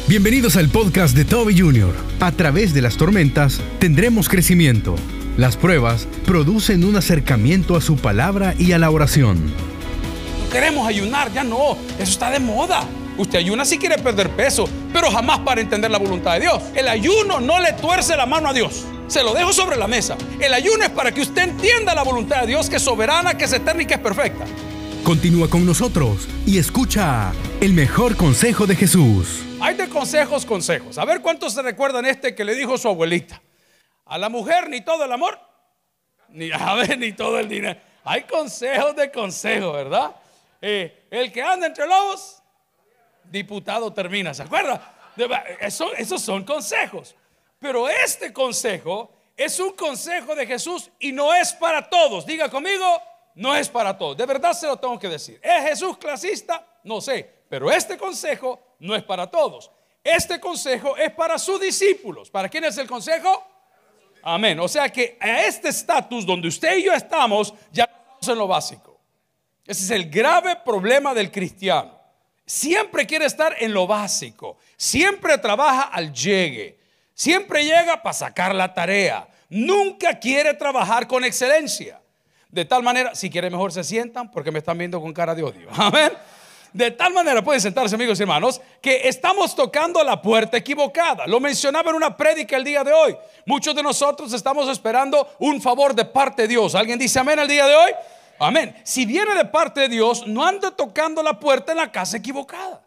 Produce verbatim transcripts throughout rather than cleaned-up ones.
Bienvenidos al podcast de Toby junior A través de las tormentas tendremos crecimiento. Las pruebas producen un acercamiento a su palabra y a la oración. No queremos ayunar, ya no, eso está de moda. Usted ayuna si quiere perder peso, pero jamás para entender la voluntad de Dios. El ayuno no le tuerce la mano a Dios. Se lo dejo sobre la mesa. El ayuno es para que usted entienda la voluntad de Dios, que es soberana, que es eterna y que es perfecta. Continúa con nosotros y escucha el mejor consejo de Jesús. Hay de consejos, consejos. A ver cuántos se recuerdan este que le dijo su abuelita. A la mujer ni todo el amor, ni a ver, ni todo el dinero. Hay consejos de consejos, ¿verdad? Eh, el que anda entre lobos, diputado termina, ¿se acuerda? Eso, esos son consejos. Pero este consejo es un consejo de Jesús y no es para todos. Diga conmigo, no es para todos. De verdad se lo tengo que decir. ¿Es Jesús clasista? No sé. Pero este consejo no es para todos. Este consejo es para sus discípulos. ¿Para quién es el consejo? Amén. O sea que a este estatus donde usted y yo estamos, ya estamos en lo básico. Ese es el grave problema del cristiano. Siempre quiere estar en lo básico. Siempre trabaja al llegue. Siempre llega para sacar la tarea. Nunca quiere trabajar con excelencia. De tal manera, si quiere mejor se sientan porque me están viendo con cara de odio. Amén. De tal manera, pueden sentarse, amigos y hermanos, que estamos tocando la puerta equivocada. Lo mencionaba en una prédica el día de hoy. Muchos de nosotros estamos esperando un favor de parte de Dios. ¿Alguien dice amén el día de hoy? Amén. Si viene de parte de Dios, no ande tocando la puerta en la casa equivocada.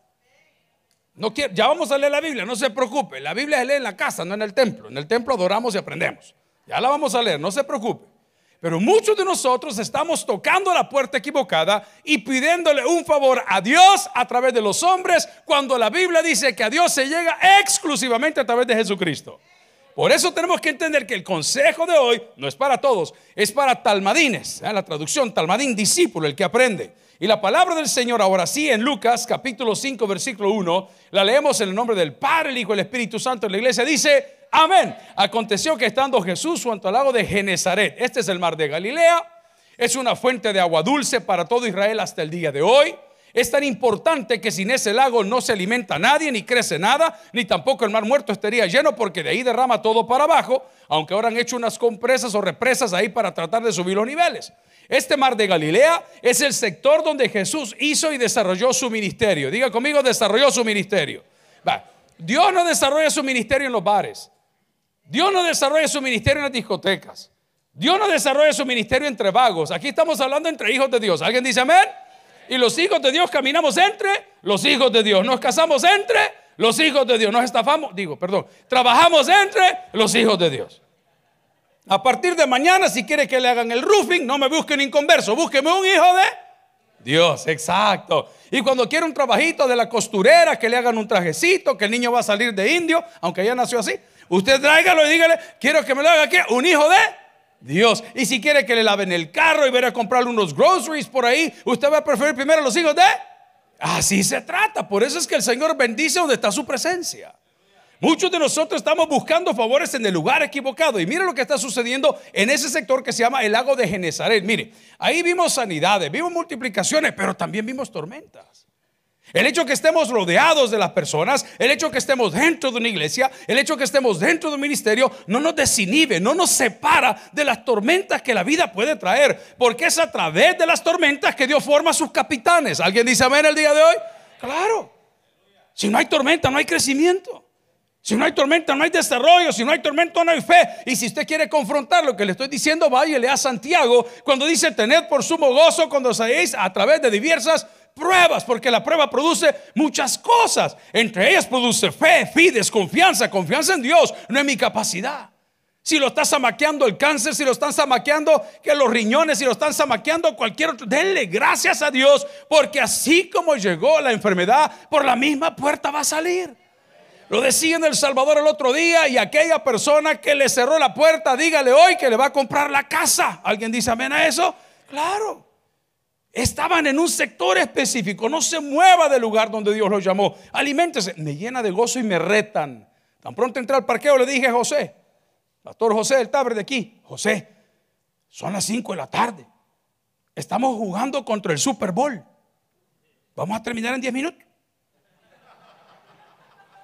No quiere, ya vamos a leer la Biblia, no se preocupe. La Biblia se lee en la casa, no en el templo. En el templo adoramos y aprendemos. Ya la vamos a leer, no se preocupe. Pero muchos de nosotros estamos tocando la puerta equivocada y pidiéndole un favor a Dios a través de los hombres, cuando la Biblia dice que a Dios se llega exclusivamente a través de Jesucristo. Por eso tenemos que entender que el consejo de hoy no es para todos, es para talmadines. ¿eh? La traducción, talmadín, discípulo, el que aprende. Y la palabra del Señor ahora sí en Lucas capítulo cinco versículo uno, la leemos en el nombre del Padre, el Hijo y el Espíritu Santo. En la iglesia dice amén. Aconteció que estando Jesús junto al lago de Genezaret, este es el mar de Galilea, es una fuente de agua dulce para todo Israel hasta el día de hoy. Es tan importante que sin ese lago no se alimenta nadie, ni crece nada, ni tampoco el mar muerto estaría lleno, porque de ahí derrama todo para abajo, aunque ahora han hecho unas compresas o represas ahí para tratar de subir los niveles. Este mar de Galilea es el sector donde Jesús hizo y desarrolló su ministerio. Diga conmigo, desarrolló su ministerio. Va. Dios no desarrolla su ministerio en los bares. Dios no desarrolla su ministerio en las discotecas. Dios no desarrolla su ministerio entre vagos. Aquí estamos hablando entre hijos de Dios. ¿Alguien dice amén? Y los hijos de Dios caminamos entre los hijos de Dios. Nos casamos entre los hijos de Dios. Nos estafamos, digo, perdón, trabajamos entre los hijos de Dios. A partir de mañana, si quiere que le hagan el roofing, no me busquen inconverso, búsqueme un hijo de Dios, exacto. Y cuando quiera un trabajito de la costurera, que le hagan un trajecito, que el niño va a salir de indio, aunque ya nació así, usted tráigalo y dígale, quiero que me lo haga aquí, un hijo de Dios. Y si quiere que le laven el carro y vaya a comprarle unos groceries por ahí, usted va a preferir primero a los hijos de. Así se trata. Por eso es que el Señor bendice donde está su presencia. Muchos de nosotros estamos buscando favores en el lugar equivocado. Y mire lo que está sucediendo en ese sector que se llama el lago de Genezaret. Mire, ahí vimos sanidades, vimos multiplicaciones, pero también vimos tormentas. El hecho que estemos rodeados de las personas, el hecho que estemos dentro de una iglesia, el hecho que estemos dentro de un ministerio, no nos desinhibe, no nos separa de las tormentas que la vida puede traer. Porque es a través de las tormentas que Dios forma a sus capitanes. ¿Alguien dice amén el día de hoy? Claro. Si no hay tormenta, no hay crecimiento. Si no hay tormenta, no hay desarrollo. Si no hay tormenta, no hay fe. Y si usted quiere confrontar lo que le estoy diciendo, váyale a Santiago cuando dice: tened por sumo gozo cuando salgáis a través de diversas pruebas, porque la prueba produce muchas cosas. Entre ellas produce fe, fides, confianza, confianza en Dios, no en mi capacidad. Si lo está zamaqueando el cáncer, si lo están zamaqueando que los riñones, si lo están zamaqueando cualquier otro, denle gracias a Dios, porque así como llegó la enfermedad, por la misma puerta va a salir. Lo decía en El Salvador el otro día, y aquella persona que le cerró la puerta, dígale hoy que le va a comprar la casa. ¿Alguien dice amén a eso? Claro. Estaban en un sector específico. No se mueva del lugar donde Dios los llamó. Aliméntese. Me llena de gozo y me retan. Tan pronto entré al parqueo, le dije a José, pastor José del Taber de aquí: José, son las cinco de la tarde. Estamos jugando contra el Super Bowl. Vamos a terminar en diez minutos.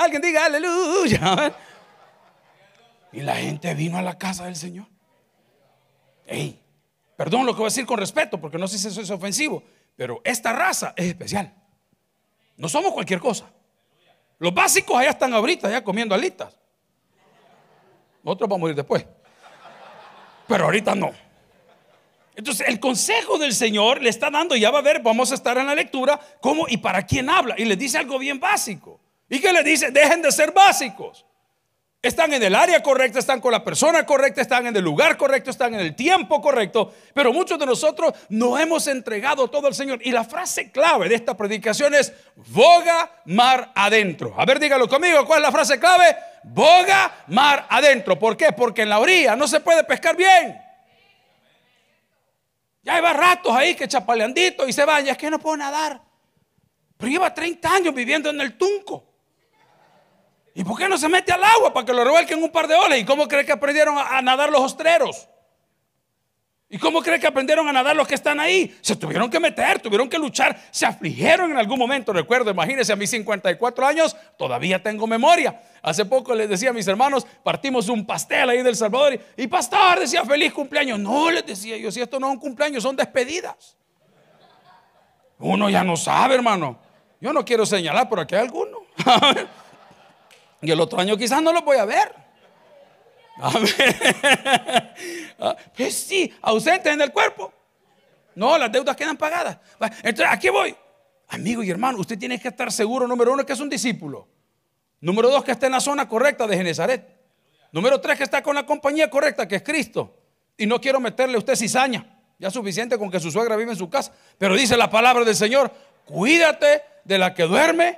Alguien diga aleluya. Y la gente vino a la casa del Señor. Ey, perdón lo que voy a decir con respeto, porque no sé si eso es ofensivo, pero esta raza es especial. No somos cualquier cosa. Los básicos allá están ahorita, ya comiendo alitas. Nosotros vamos a ir después, pero ahorita no. Entonces el consejo del Señor le está dando, ya va a ver, vamos a estar en la lectura, cómo y para quién habla. Y les dice algo bien básico. ¿Y qué le dice? Dejen de ser básicos. Están en el área correcta, están con la persona correcta, están en el lugar correcto, están en el tiempo correcto. Pero muchos de nosotros no hemos entregado todo al Señor. Y la frase clave de esta predicación es: boga mar adentro. A ver, dígalo conmigo, ¿cuál es la frase clave? Boga mar adentro. ¿Por qué? Porque en la orilla no se puede pescar bien. Ya lleva ratos ahí que chapaleandito y se baña. Es que no puedo nadar. Pero lleva treinta años viviendo en el Tunco. ¿Y por qué no se mete al agua para que lo revuelquen un par de olas? ¿Y cómo cree que aprendieron a, a nadar los ostreros? ¿Y cómo cree que aprendieron a nadar los que están ahí? Se tuvieron que meter, tuvieron que luchar, se afligieron en algún momento. Recuerdo, imagínense, a mis cincuenta y cuatro años todavía tengo memoria. Hace poco les decía a mis hermanos, partimos un pastel ahí del Salvador y, y pastor decía feliz cumpleaños. No, les decía yo, si esto no es un cumpleaños, son despedidas. Uno ya no sabe, hermano. Yo no quiero señalar, pero aquí hay alguno. Y el otro año quizás no lo voy a ver. Amén. Pues sí, ausentes en el cuerpo. No, las deudas quedan pagadas. Entonces, ¿a qué voy? Amigo y hermano, usted tiene que estar seguro, número uno, que es un discípulo. Número dos, que está en la zona correcta de Genezaret. Número tres, que está con la compañía correcta, que es Cristo. Y no quiero meterle a usted cizaña. Ya es suficiente con que su suegra vive en su casa. Pero dice la palabra del Señor: cuídate de la que duerme.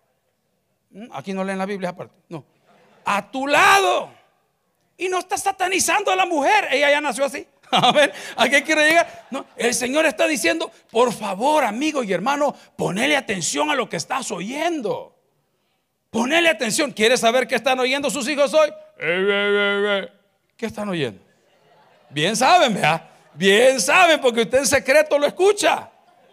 Aquí no leen la Biblia aparte. No. A tu lado. Y no está satanizando a la mujer. Ella ya nació así. A ver, ¿a qué quiere llegar? No, el Señor está diciendo: por favor, amigo y hermano, ponele atención a lo que estás oyendo. Ponele atención. ¿Quieres saber qué están oyendo sus hijos hoy? ¿Qué están oyendo? Bien saben, ¿verdad? Bien saben, porque usted en secreto lo escucha.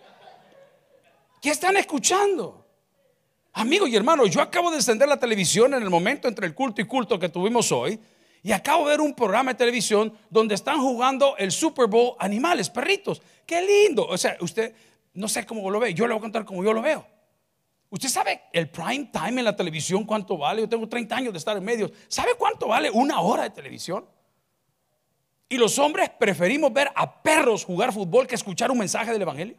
¿Qué están escuchando? Amigo y hermano, yo acabo de encender la televisión en el momento entre el culto y culto que tuvimos hoy, y acabo de ver un programa de televisión donde están jugando el Super Bowl animales, perritos. ¡Qué lindo! O sea, usted, no sé cómo lo ve, yo le voy a contar cómo yo lo veo. Usted sabe el prime time en la televisión cuánto vale. Yo tengo treinta años de estar en medios. ¿Sabe cuánto vale una hora de televisión? Y los hombres preferimos ver a perros jugar fútbol que escuchar un mensaje del evangelio.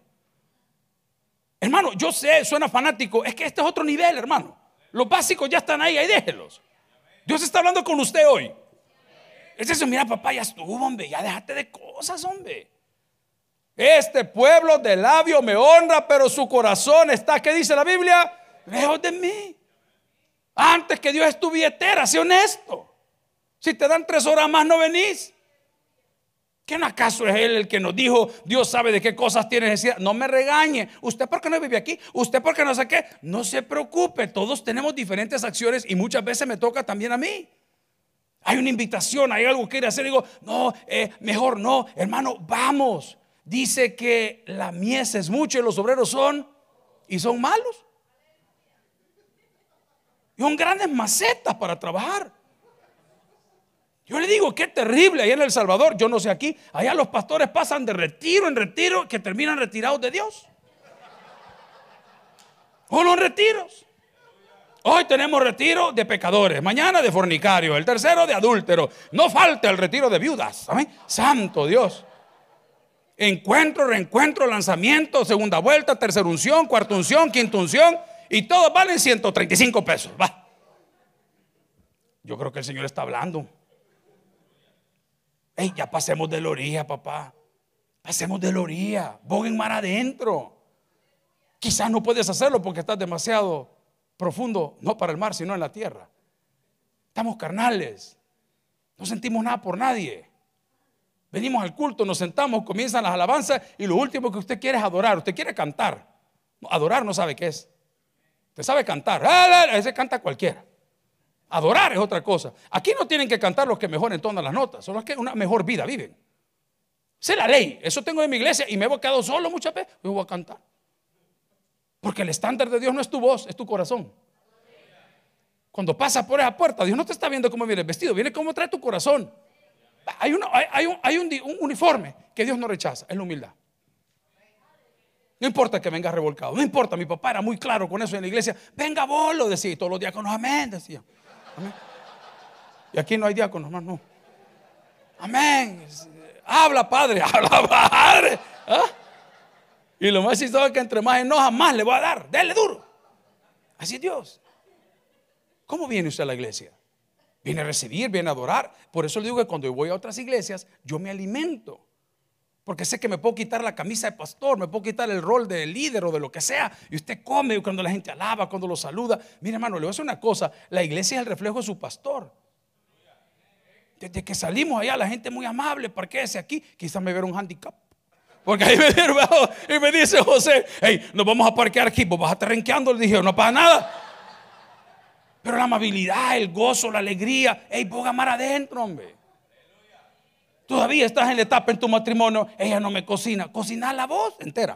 Hermano, yo sé, suena fanático. Es que este es otro nivel, hermano. Los básicos ya están ahí, ahí déjenlos. Dios está hablando con usted hoy. Es eso, mira papá, ya estuvo, hombre. Ya déjate de cosas, hombre. Este pueblo de labio me honra, pero su corazón está, ¿qué dice la Biblia? Lejos de mí. Antes que Dios es tu billetera, sé honesto. Si te dan tres horas más, no venís. ¿Quién acaso es Él el que nos dijo, Dios sabe de qué cosas tiene necesidad? No me regañe. ¿Usted por qué no vive aquí? ¿Usted por qué no sé qué? No se preocupe, todos tenemos diferentes acciones y muchas veces me toca también a mí. Hay una invitación, hay algo que quiere hacer. Digo, no, eh, mejor no. Hermano, vamos. Dice que la mies es mucha y los obreros son, y son malos. Y son grandes macetas para trabajar. Yo le digo, qué terrible allá en El Salvador. Yo no sé aquí, allá los pastores pasan de retiro en retiro que terminan retirados de Dios. O los retiros. Hoy tenemos retiro de pecadores, mañana de fornicarios, el tercero de adúlteros. No falta el retiro de viudas. ¿Amén? Santo Dios. Encuentro, reencuentro, lanzamiento, segunda vuelta, tercera unción, cuarta unción, quinta unción, y todos valen ciento treinta y cinco pesos. Va. Yo creo que el Señor está hablando. Ey, ya pasemos de la orilla, papá. Pasemos de la orilla. Boguen mar adentro. Quizás no puedes hacerlo porque estás demasiado profundo, no para el mar, sino en la tierra. Estamos carnales. No sentimos nada por nadie. Venimos al culto, nos sentamos, comienzan las alabanzas y lo último que usted quiere es adorar. Usted quiere cantar. Adorar no sabe qué es. Usted sabe cantar. Ese canta cualquiera. Adorar es otra cosa. Aquí no tienen que cantar los que mejoren todas las notas, son los que una mejor vida viven. Sé la ley. Eso tengo en mi iglesia y me he quedado solo muchas veces. Yo voy a cantar. Porque el estándar de Dios no es tu voz, es tu corazón. Cuando pasas por esa puerta, Dios no te está viendo cómo viene el vestido, viene cómo trae tu corazón. Hay, una, hay, hay, un, hay un, un uniforme que Dios no rechaza, es la humildad. No importa que venga revolcado, no importa, mi papá era muy claro con eso en la iglesia. Venga vos, lo decía, y todos los diáconos, amén, decía. Amén. Y aquí no hay diáconos, no, no. Amén. Habla, padre, habla, padre. ¿Ah? Y lo más chistoso es que entre más enoja, más le voy a dar. Dele duro. Así es Dios. ¿Cómo viene usted a la iglesia? Viene a recibir, viene a adorar. Por eso le digo que cuando yo voy a otras iglesias, yo me alimento. Porque sé que me puedo quitar la camisa de pastor, me puedo quitar el rol de líder o de lo que sea. Y usted come cuando la gente alaba, cuando lo saluda. Mire, hermano, le voy a decir una cosa. La iglesia es el reflejo de su pastor. Desde que salimos allá, la gente es muy amable. Parquéese aquí. Quizás me vieron un handicap. Porque ahí me vieron y me dice José, hey, nos vamos a parquear aquí. Vos vas a estar renqueando. Le dije, no pasa nada. Pero la amabilidad, el gozo, la alegría. Hey, vos amar adentro, hombre. Todavía estás en la etapa en tu matrimonio. Ella no me cocina. Cocina la voz entera.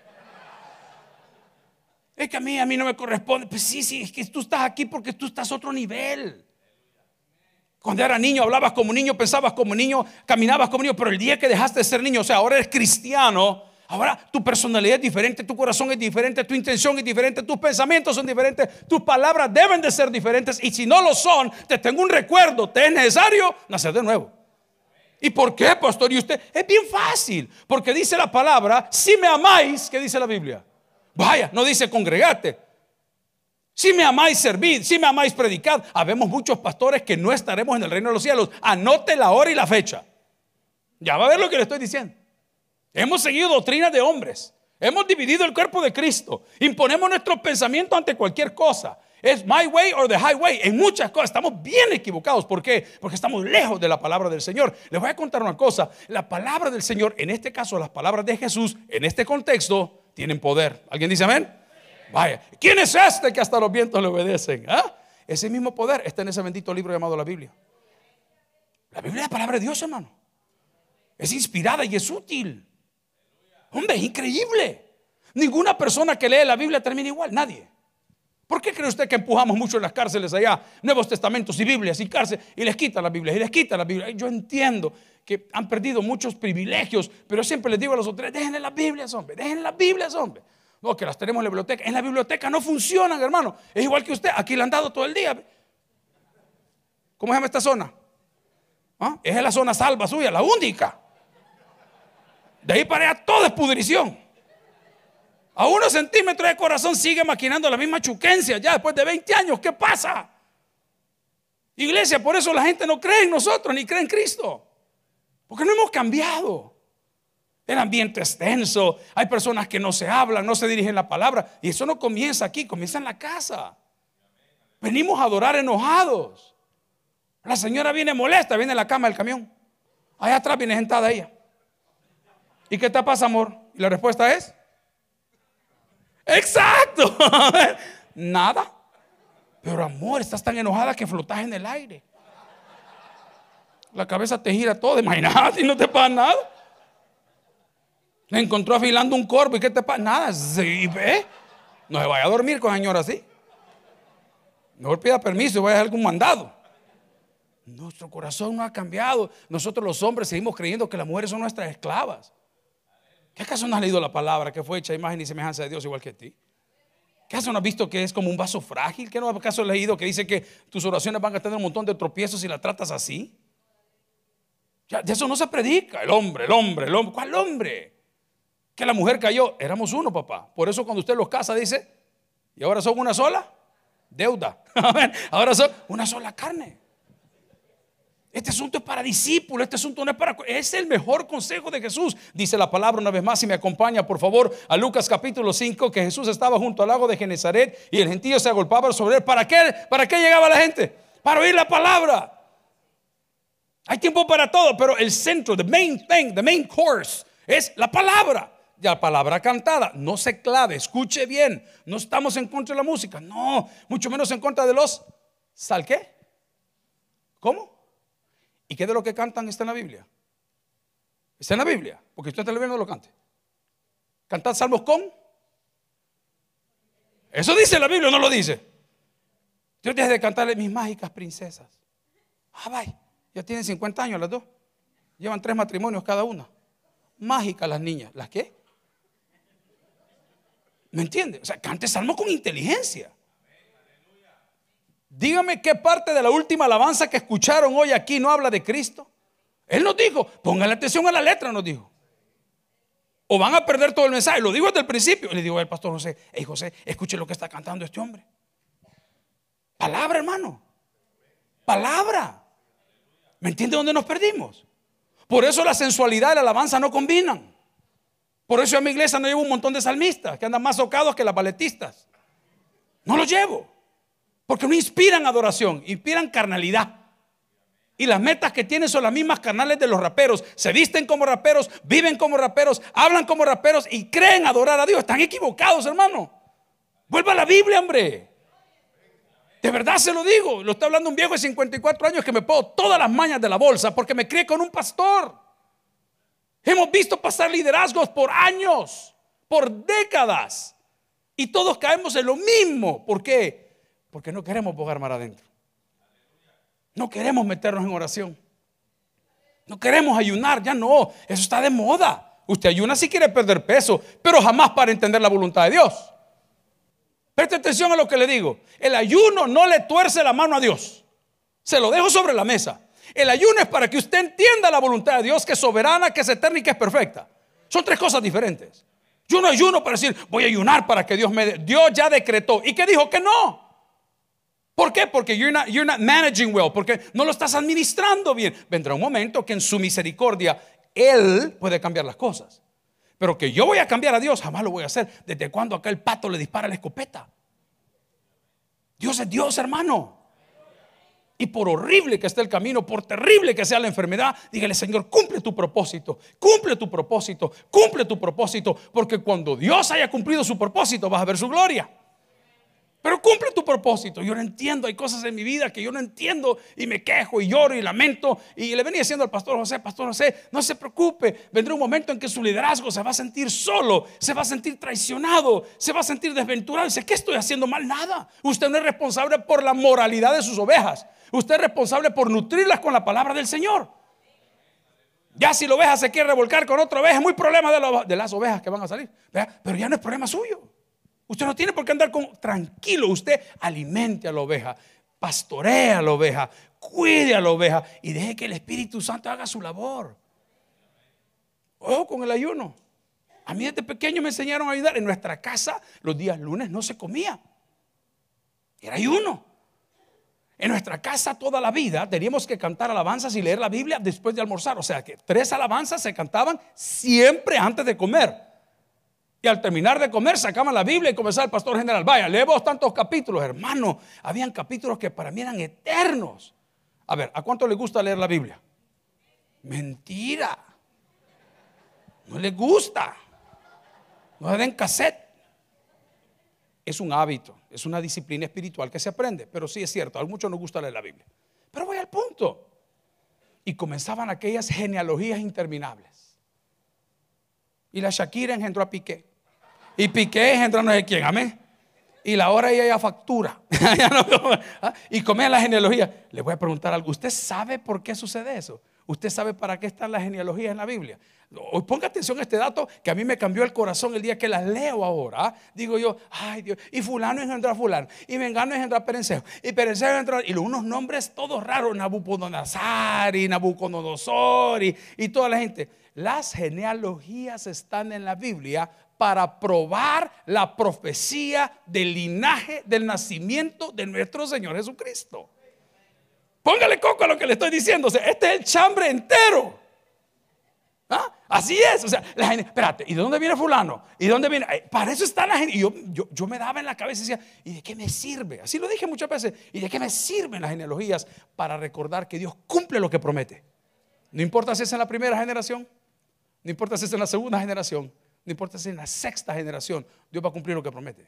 Es que a mí, a mí no me corresponde. Pues sí, sí, es que tú estás aquí porque tú estás a otro nivel. Cuando era niño hablabas como niño, pensabas como niño, caminabas como niño. Pero el día que dejaste de ser niño, o sea, ahora eres cristiano. Ahora tu personalidad es diferente, tu corazón es diferente, tu intención es diferente, tus pensamientos son diferentes, tus palabras deben de ser diferentes. Y si no lo son, te tengo un recuerdo. Te es necesario nacer de nuevo. ¿Y por qué, pastor? Y usted, es bien fácil, porque dice la palabra, si me amáis, ¿qué dice la Biblia? Vaya, no dice congregate. Si me amáis, servid. Si me amáis, predicad. Habemos muchos pastores que no estaremos en el reino de los cielos. Anote la hora y la fecha. Ya va a ver lo que le estoy diciendo. Hemos seguido doctrinas de hombres. Hemos dividido el cuerpo de Cristo. Imponemos nuestros pensamientos ante cualquier cosa. Es my way or the highway. En muchas cosas estamos bien equivocados. ¿Por qué? Porque estamos lejos de la palabra del Señor. Les voy a contar una cosa. La palabra del Señor, en este caso las palabras de Jesús, en este contexto, tienen poder. ¿Alguien dice amén? Vaya, ¿quién es este que hasta los vientos le obedecen? ¿Ah? Ese mismo poder está en ese bendito libro llamado la Biblia. La Biblia es la palabra de Dios, hermano. Es inspirada y es útil. Hombre, es increíble. Ninguna persona que lee la Biblia termina igual, nadie. ¿Por qué cree usted que empujamos mucho en las cárceles allá Nuevos Testamentos y Biblias y cárcel y les quitan las Biblias y les quitan las Biblias? Yo entiendo que han perdido muchos privilegios, pero siempre les digo a los otros, déjenle las Biblias, hombre, déjenle las Biblias, hombre. No, que las tenemos en la biblioteca. En la biblioteca no funcionan, hermano. Es igual que usted, aquí le han dado todo el día. ¿Cómo se llama esta zona? ¿Ah? Es la zona salva suya, la única. De ahí para allá todo es pudrición. A unos centímetros de corazón sigue maquinando la misma chuquencia ya después de veinte años. ¿Qué pasa? Iglesia, por eso la gente no cree en nosotros ni cree en Cristo. Porque no hemos cambiado. El ambiente es tenso. Hay personas que no se hablan, no se dirigen la palabra. Y eso no comienza aquí, comienza en la casa. Venimos a adorar enojados. La señora viene molesta, viene en la cama del camión. Allá atrás viene sentada ella. ¿Y qué te pasa, amor? Y la respuesta es exacto. Nada. Pero amor, estás tan enojada que flotas en el aire. La cabeza te gira todo. Imagínate y no te pasa nada. Le encontró afilando un corvo. ¿Y qué te pasa? Nada. Sí, ve. No se vaya a dormir con la señora así. Mejor pida permiso y vaya a hacer algún mandado. Nuestro corazón no ha cambiado. Nosotros los hombres seguimos creyendo que las mujeres son nuestras esclavas. ¿Qué acaso no has leído la palabra que fue hecha a imagen y semejanza de Dios igual que a ti? ¿Qué acaso no has visto que es como un vaso frágil? ¿Qué no acaso has leído que dice que tus oraciones van a tener un montón de tropiezos si la tratas así? Ya, de eso no se predica. El hombre, el hombre, el hombre. ¿Cuál hombre? Que la mujer cayó. Éramos uno, papá. Por eso cuando usted los casa dice, ¿y ahora son una sola? Deuda. Ahora son una sola carne. Este asunto es para discípulos, este asunto no es para... Es el mejor consejo de Jesús. Dice la palabra una vez más, si me acompaña por favor a Lucas capítulo cinco, que Jesús estaba junto al lago de Genezaret y el gentío se agolpaba sobre él. ¿Para qué? ¿Para qué llegaba la gente? Para oír la palabra. Hay tiempo para todo, pero el centro, the main thing, the main course es la palabra. Y la palabra cantada, no se clave, escuche bien. No estamos en contra de la música, no, mucho menos en contra de los ¿sal qué? ¿Cómo? ¿Y qué de lo que cantan está en la Biblia? Está en la Biblia, porque usted está leyendo, no lo cante. Cantad salmos con. Eso dice la Biblia, no lo dice. Yo dejé de cantarle mis mágicas princesas. Ah, vaya, ya tienen cincuenta años las dos. Llevan tres matrimonios cada una. Mágicas las niñas. ¿Las qué? ¿Me entiende? O sea, cante salmo con inteligencia. Dígame qué parte de la última alabanza que escucharon hoy aquí no habla de Cristo. Él nos dijo, póngale atención a la letra, nos dijo. O van a perder todo el mensaje. Lo digo desde el principio. Le digo al pastor José, hey José, escuche lo que está cantando este hombre. Palabra, hermano. Palabra. ¿Me entiende dónde nos perdimos? Por eso la sensualidad y la alabanza no combinan. Por eso en mi iglesia no llevo un montón de salmistas que andan más socados que las balletistas. No los llevo. Porque no inspiran adoración, inspiran carnalidad. Y las metas que tienen son las mismas carnales de los raperos. Se visten como raperos, viven como raperos, hablan como raperos y creen adorar a Dios. Están equivocados, hermano. Vuelva a la Biblia, hombre. De verdad se lo digo. Lo está hablando un viejo de cincuenta y cuatro años que me pongo todas las mañas de la bolsa porque me crié con un pastor. Hemos visto pasar liderazgos por años, por décadas, y todos caemos en lo mismo. ¿Por qué? Porque no queremos bogar mar adentro. No queremos meternos en oración. No queremos ayunar, ya no. Eso está de moda. Usted ayuna si quiere perder peso, pero jamás para entender la voluntad de Dios. Preste atención a lo que le digo. El ayuno no le tuerce la mano a Dios. Se lo dejo sobre la mesa. El ayuno es para que usted entienda la voluntad de Dios, que es soberana, que es eterna y que es perfecta. Son tres cosas diferentes. Yo no ayuno para decir, voy a ayunar para que Dios me dé. Dios ya decretó. ¿Y qué dijo? Que no. ¿Por qué? Porque you're not, you're not managing well. Porque no lo estás administrando bien. Vendrá un momento que en su misericordia Él puede cambiar las cosas. Pero que yo voy a cambiar a Dios, jamás lo voy a hacer. ¿Desde cuando acá el pato le dispara la escopeta? Dios es Dios, hermano. Y por horrible que esté el camino, por terrible que sea la enfermedad, dígale, Señor, cumple tu propósito, cumple tu propósito, cumple tu propósito. Porque cuando Dios haya cumplido su propósito, vas a ver su gloria. Pero cumple tu propósito. Yo no entiendo, hay cosas en mi vida que yo no entiendo y me quejo y lloro y lamento. Y le venía diciendo al pastor José, pastor José, no se preocupe, vendrá un momento en que su liderazgo se va a sentir solo, se va a sentir traicionado, se va a sentir desventurado. Dice, ¿qué estoy haciendo mal? Nada. Usted no es responsable por la moralidad de sus ovejas. Usted es responsable por nutrirlas con la palabra del Señor. Ya si la oveja se quiere revolcar con otra oveja, es muy problema de, la, de las ovejas que van a salir. ¿Verdad? Pero ya no es problema suyo. Usted no tiene por qué andar con, tranquilo. Usted alimente a la oveja, pastorea a la oveja, cuide a la oveja y deje que el Espíritu Santo haga su labor. Ojo con el ayuno. A mí desde pequeño me enseñaron a ayudar. En nuestra casa los días lunes no se comía. Era ayuno. En nuestra casa toda la vida teníamos que cantar alabanzas y leer la Biblia después de almorzar. O sea que tres alabanzas se cantaban siempre antes de comer. Y al terminar de comer sacaban la Biblia y comenzaba el pastor general, vaya, leemos tantos capítulos, hermano. Habían capítulos que para mí eran eternos. A ver, ¿a cuánto les gusta leer la Biblia? Mentira. No les gusta. No le den cassette. Es un hábito, es una disciplina espiritual que se aprende. Pero sí es cierto, a muchos nos gusta leer la Biblia. Pero voy al punto. Y comenzaban aquellas genealogías interminables. Y la Shakira engendró a Piqué. Y Piqué engendró a no sé quién, amén. Y la hora ella ya factura. Y comía la genealogía. Le voy a preguntar algo. ¿Usted sabe por qué sucede eso? ¿Usted sabe para qué están las genealogías en la Biblia? Hoy ponga atención a este dato que a mí me cambió el corazón el día que las leo ahora. ¿Ah? Digo yo, ay Dios, y fulano engendró a fulano, y Mengano engendró a Perencejo, y Perencejo engendró a, y unos nombres todos raros, Nabucodonosor y Nabucodonosor y, y toda la gente. Las genealogías están en la Biblia para probar la profecía del linaje del nacimiento de nuestro Señor Jesucristo. Póngale coco a lo que le estoy diciendo. O sea, este es el chambre entero. ¿Ah? Así es. O sea, la gente, espérate, ¿y de dónde viene fulano? ¿Y de dónde viene? Para eso está la gente. Y yo, yo, yo me daba en la cabeza y decía, ¿y de qué me sirve? Así lo dije muchas veces. ¿Y de qué me sirven las genealogías? Para recordar que Dios cumple lo que promete. No importa si es en la primera generación, no importa si es en la segunda generación, no importa si es en la sexta generación, Dios va a cumplir lo que promete.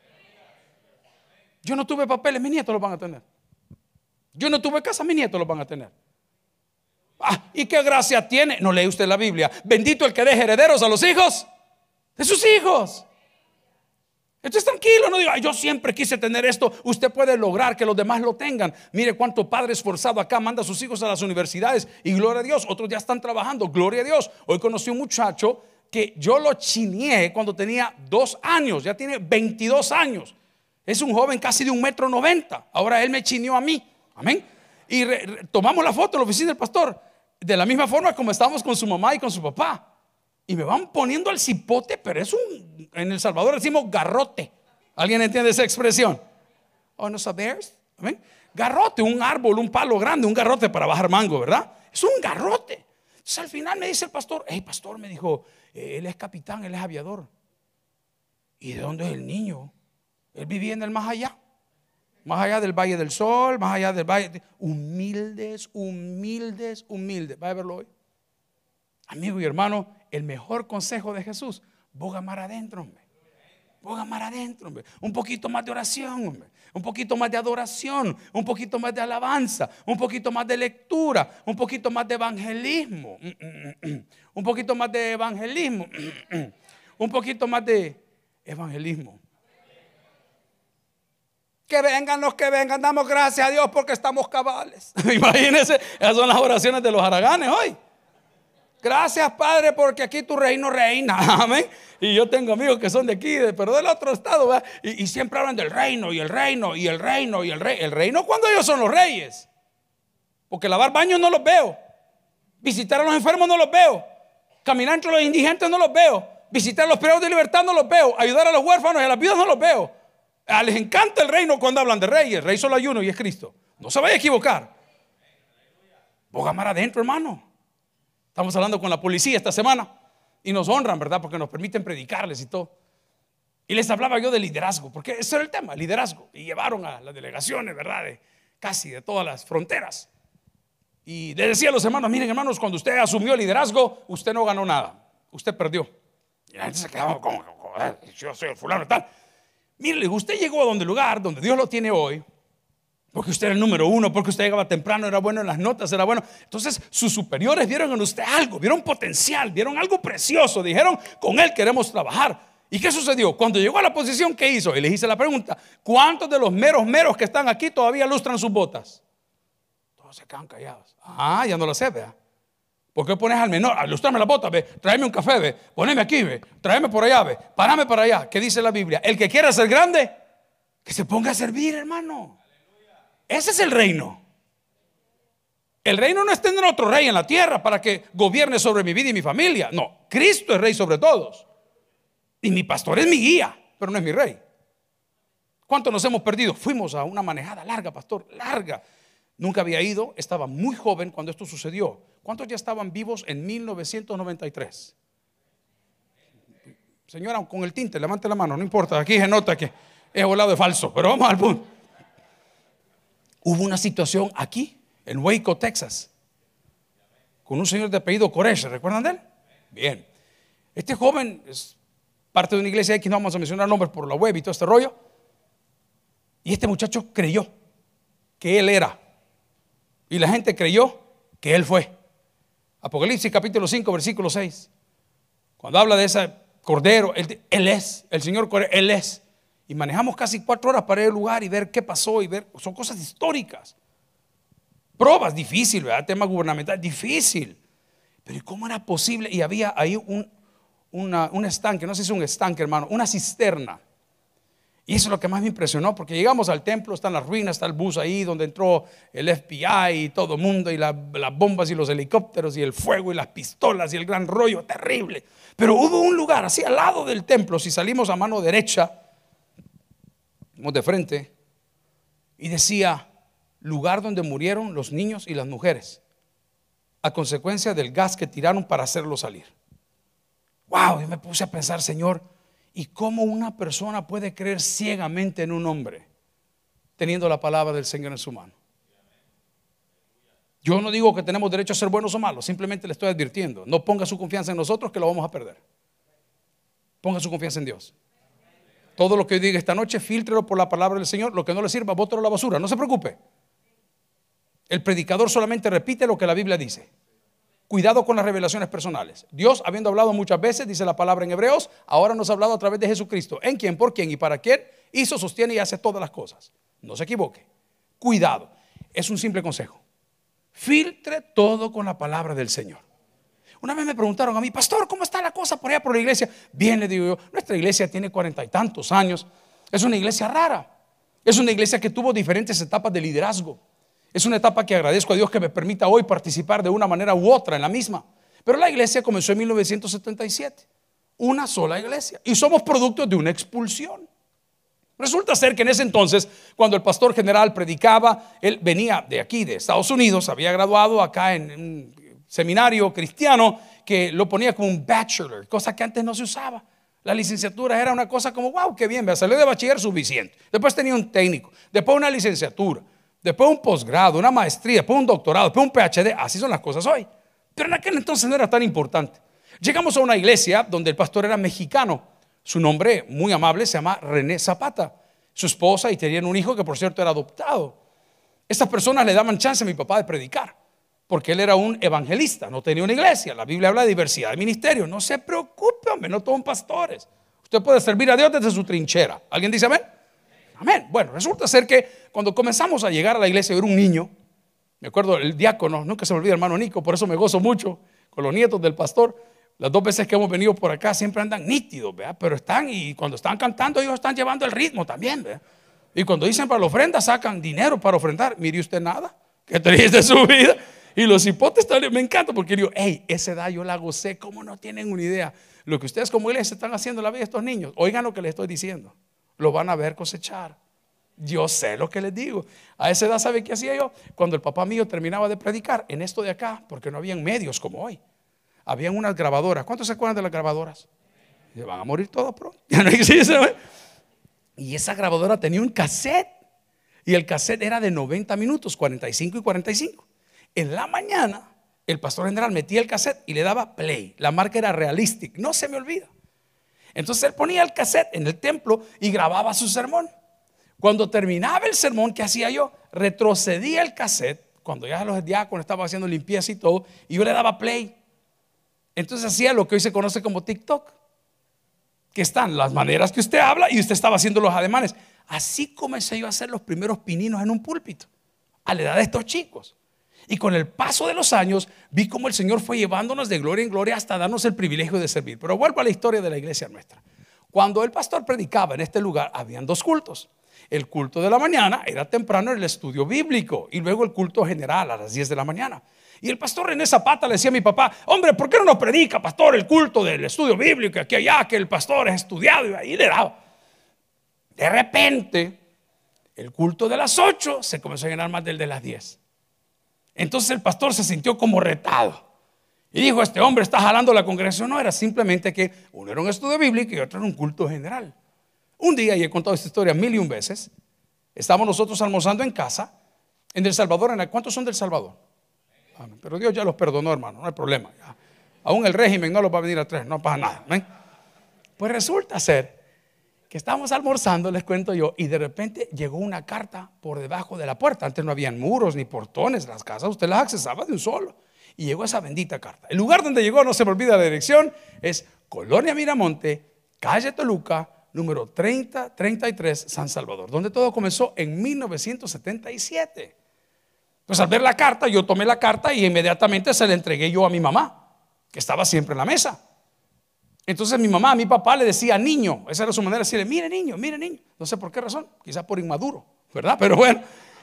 Yo no tuve papeles, mis nietos los van a tener. Yo no tuve casa, mis nietos los van a tener. Ah, ¿y qué gracia tiene? No lee usted la Biblia. Bendito el que deje herederos a los hijos de sus hijos. Entonces tranquilo, no diga, yo siempre quise tener esto. Usted puede lograr que los demás lo tengan. Mire cuánto padre esforzado acá manda a sus hijos a las universidades y gloria a Dios. Otros ya están trabajando, gloria a Dios. Hoy conocí un muchacho que yo lo chineé cuando tenía dos años, ya tiene veintidós años. Es un joven casi de un metro noventa. Ahora él me chineó a mí, amén. Y re, re, tomamos la foto en la oficina del pastor, de la misma forma como estábamos con su mamá y con su papá. Y me van poniendo al cipote, pero es un, en El Salvador decimos garrote. ¿Alguien entiende esa expresión? ¿O no sabes? ¿Amén? Garrote, un árbol, un palo grande, un garrote para bajar mango, ¿verdad? Es un garrote. Entonces al final me dice el pastor, hey pastor, me dijo, él es capitán, él es aviador. ¿Y de dónde es el niño? Él vivía en el más allá. Más allá del Valle del Sol, más allá del Valle de, humildes, humildes, humildes. ¿Va a verlo hoy? Amigo y hermano, el mejor consejo de Jesús: boga mar adentro, hombre. Boga mar adentro, hombre. Un poquito más de oración, hombre. Un poquito más de adoración, un poquito más de alabanza, un poquito más de lectura, un poquito más de evangelismo, un poquito más de evangelismo, un poquito más de evangelismo. Que vengan los que vengan, damos gracias a Dios porque estamos cabales. Imagínense, esas son las oraciones de los haraganes hoy. Gracias, Padre, porque aquí tu reino reina. Amén. Y yo tengo amigos que son de aquí, de, pero del otro estado, ¿verdad? Y, y siempre hablan del reino y el reino y el reino y el rey. El reino cuando ellos son los reyes. Porque lavar baños no los veo. Visitar a los enfermos no los veo. Caminar entre los indigentes no los veo. Visitar a los privados de libertad no los veo. Ayudar a los huérfanos y a las viudas no los veo. Ah, les encanta el reino cuando hablan de reyes. El rey solo hay uno y es Cristo. No se vaya a equivocar. Boga mar adentro, hermano. Estamos hablando con la policía esta semana y nos honran, ¿verdad? Porque nos permiten predicarles y todo. Y les hablaba yo de liderazgo, porque ese era el tema, liderazgo. Y llevaron a las delegaciones, ¿verdad? De casi de todas las fronteras. Y les decía a los hermanos, miren hermanos, cuando usted asumió el liderazgo, usted no ganó nada, usted perdió. Y la gente se quedaba como, como yo soy el fulano y tal. Mire, usted llegó a donde lugar, donde Dios lo tiene hoy, porque usted era el número uno, porque usted llegaba temprano, era bueno en las notas, era bueno. Entonces sus superiores vieron en usted algo, vieron potencial, vieron algo precioso. Dijeron, con él queremos trabajar. ¿Y qué sucedió? Cuando llegó a la posición, ¿qué hizo? Y les hice la pregunta, ¿cuántos de los meros meros que están aquí todavía lustran sus botas? Todos se quedan callados. Ah, ya no lo sé, vea. ¿Por qué pones al menor? A lustrarme las botas, ve. Tráeme un café, ve. Poneme aquí, ve. Tráeme por allá, ve. Párame para allá. ¿Qué dice la Biblia? El que quiera ser grande, que se ponga a servir, hermano. Ese es el reino. El reino no es tener otro rey en la tierra para que gobierne sobre mi vida y mi familia. No, Cristo es rey sobre todos. Y mi pastor es mi guía, pero no es mi rey. ¿Cuánto nos hemos perdido? Fuimos a una manejada larga, pastor, larga. Nunca había ido, estaba muy joven cuando esto sucedió. ¿Cuántos ya estaban vivos en mil novecientos noventa y tres? Señora, con el tinte, levante la mano, no importa, aquí se nota que es volado de falso, pero vamos al punto. Hubo una situación aquí, en Waco, Texas, con un señor de apellido Koresh, ¿recuerdan de él? Bien, este joven es parte de una iglesia X, no vamos a mencionar nombres por la web y todo este rollo. Y este muchacho creyó que él era, y la gente creyó que él fue. Apocalipsis capítulo cinco, versículo seis. Cuando habla de ese cordero, él, él es, el Señor Cordero, él es. Y manejamos casi cuatro horas para ir al lugar y ver qué pasó y ver, son cosas históricas. Pruebas, difícil, ¿verdad? Tema gubernamental, difícil. Pero ¿cómo era posible? Y había ahí un, una, un estanque, no sé si es un estanque, hermano, una cisterna. Y eso es lo que más me impresionó, porque llegamos al templo, están las ruinas, está el bus ahí donde entró el F B I y todo el mundo, y la, las bombas y los helicópteros y el fuego y las pistolas y el gran rollo terrible. Pero hubo un lugar así al lado del templo, si salimos a mano derecha, de frente, y decía lugar donde murieron los niños y las mujeres a consecuencia del gas que tiraron para hacerlo salir. Wow, yo me puse a pensar, Señor, ¿y cómo una persona puede creer ciegamente en un hombre teniendo la palabra del Señor en su mano? Yo no digo que tenemos derecho a ser buenos o malos, simplemente le estoy advirtiendo, no ponga su confianza en nosotros que lo vamos a perder. Ponga su confianza en Dios. Todo lo que yo diga esta noche, fíltrelo por la palabra del Señor. Lo que no le sirva, bótelo a la basura. No se preocupe. El predicador solamente repite lo que la Biblia dice. Cuidado con las revelaciones personales. Dios, habiendo hablado muchas veces, dice la palabra en Hebreos, ahora nos ha hablado a través de Jesucristo. ¿En quién, por quién y para quién? Hizo, sostiene y hace todas las cosas. No se equivoque. Cuidado. Es un simple consejo. Filtre todo con la palabra del Señor. Una vez me preguntaron a mí, pastor, ¿cómo está la cosa por allá por la iglesia? Bien, le digo yo, nuestra iglesia tiene cuarenta y tantos años. Es una iglesia rara. Es una iglesia que tuvo diferentes etapas de liderazgo. Es una etapa que agradezco a Dios que me permita hoy participar de una manera u otra en la misma. Pero la iglesia comenzó en mil novecientos setenta y siete. Una sola iglesia. Y somos producto de una expulsión. Resulta ser que en ese entonces, cuando el pastor general predicaba, él venía de aquí, de Estados Unidos, había graduado acá en un seminario cristiano que lo ponía como un bachelor, cosa que antes no se usaba. La licenciatura era una cosa como, wow, qué bien, me salió de bachiller suficiente. Después tenía un técnico, después una licenciatura, después un posgrado, una maestría, después un doctorado, después un P H D. Así son las cosas hoy. Pero en aquel entonces no era tan importante. Llegamos a una iglesia donde el pastor era mexicano. Su nombre, muy amable, se llama René Zapata. Su esposa, y tenían un hijo que por cierto era adoptado. Estas personas le daban chance a mi papá de predicar, porque él era un evangelista, no tenía una iglesia. La Biblia habla de diversidad de ministerios. No se preocupe, hombre, no todos son pastores. Usted puede servir a Dios desde su trinchera. ¿Alguien dice amén? Amén. Bueno, resulta ser que cuando comenzamos a llegar a la iglesia, yo era un niño. Me acuerdo el diácono, nunca se me olvida, hermano Nico, por eso me gozo mucho con los nietos del pastor. Las dos veces que hemos venido por acá siempre andan nítidos, ¿verdad? Pero están, y cuando están cantando ellos están llevando el ritmo también, ¿verdad? Y cuando dicen para la ofrenda sacan dinero para ofrendar. Mire usted nada, qué triste su vida. Y los hipotes también me encanta porque digo, hey, esa edad yo la gocé, ¿cómo no tienen una idea? Lo que ustedes como iglesia están haciendo en la vida de estos niños, oigan lo que les estoy diciendo, lo van a ver cosechar. Yo sé lo que les digo. A esa edad, ¿sabe qué hacía yo? Cuando el papá mío terminaba de predicar en esto de acá, porque no habían medios como hoy, habían unas grabadoras. ¿Cuántos se acuerdan de las grabadoras? Se van a morir todos pronto. Ya no existe, ¿no? Y esa grabadora tenía un cassette. Y el cassette era de noventa minutos, cuarenta y cinco y cuarenta y cinco. En la mañana, el pastor general metía el cassette y le daba play. La marca era Realistic, no se me olvida. Entonces él ponía el cassette en el templo y grababa su sermón. Cuando terminaba el sermón, ¿qué hacía yo? Retrocedía el cassette, cuando ya los diáconos estaban haciendo limpieza y todo, y yo le daba play. Entonces hacía lo que hoy se conoce como TikTok, que están las maneras que usted habla y usted estaba haciendo los ademanes. Así comencé yo a hacer los primeros pininos en un púlpito, a la edad de estos chicos. Y con el paso de los años vi cómo el Señor fue llevándonos de gloria en gloria hasta darnos el privilegio de servir. Pero vuelvo a la historia de la iglesia nuestra. Cuando el pastor predicaba en este lugar, habían dos cultos. El culto de la mañana era temprano en el estudio bíblico, y luego el culto general a las diez de la mañana. Y el pastor René Zapata le decía a mi papá, hombre, ¿por qué no nos predica, pastor, el culto del estudio bíblico aquí allá, que el pastor es estudiado? Y ahí le daba. De repente, el culto de las ocho se comenzó a llenar más del de las diez. Entonces el pastor se sintió como retado y dijo, este hombre está jalando la congregación. No, era simplemente que uno era un estudio bíblico y otro era un culto general. Un día, y he contado esta historia mil y un veces, estábamos nosotros almorzando en casa en El Salvador. ¿En la, ¿Cuántos son del Salvador? Amén. Pero Dios ya los perdonó, hermano, no hay problema ya. Aún el régimen no los va a venir a traer, no pasa nada, ¿ven? Pues resulta ser que estábamos almorzando, les cuento yo, y de repente llegó una carta por debajo de la puerta. Antes no habían muros ni portones, las casas usted las accesaba de un solo. Y llegó esa bendita carta. El lugar donde llegó, no se me olvida la dirección, es Colonia Miramonte, calle Toluca, número treinta treinta y tres, San Salvador, donde todo comenzó en mil novecientos setenta y siete. Pues al ver la carta, yo tomé la carta y inmediatamente se la entregué yo a mi mamá, que estaba siempre en la mesa. Entonces mi mamá a mi papá le decía niño, esa era su manera de decirle, mire niño, mire niño. No sé por qué razón, quizás por inmaduro, ¿verdad? Pero bueno,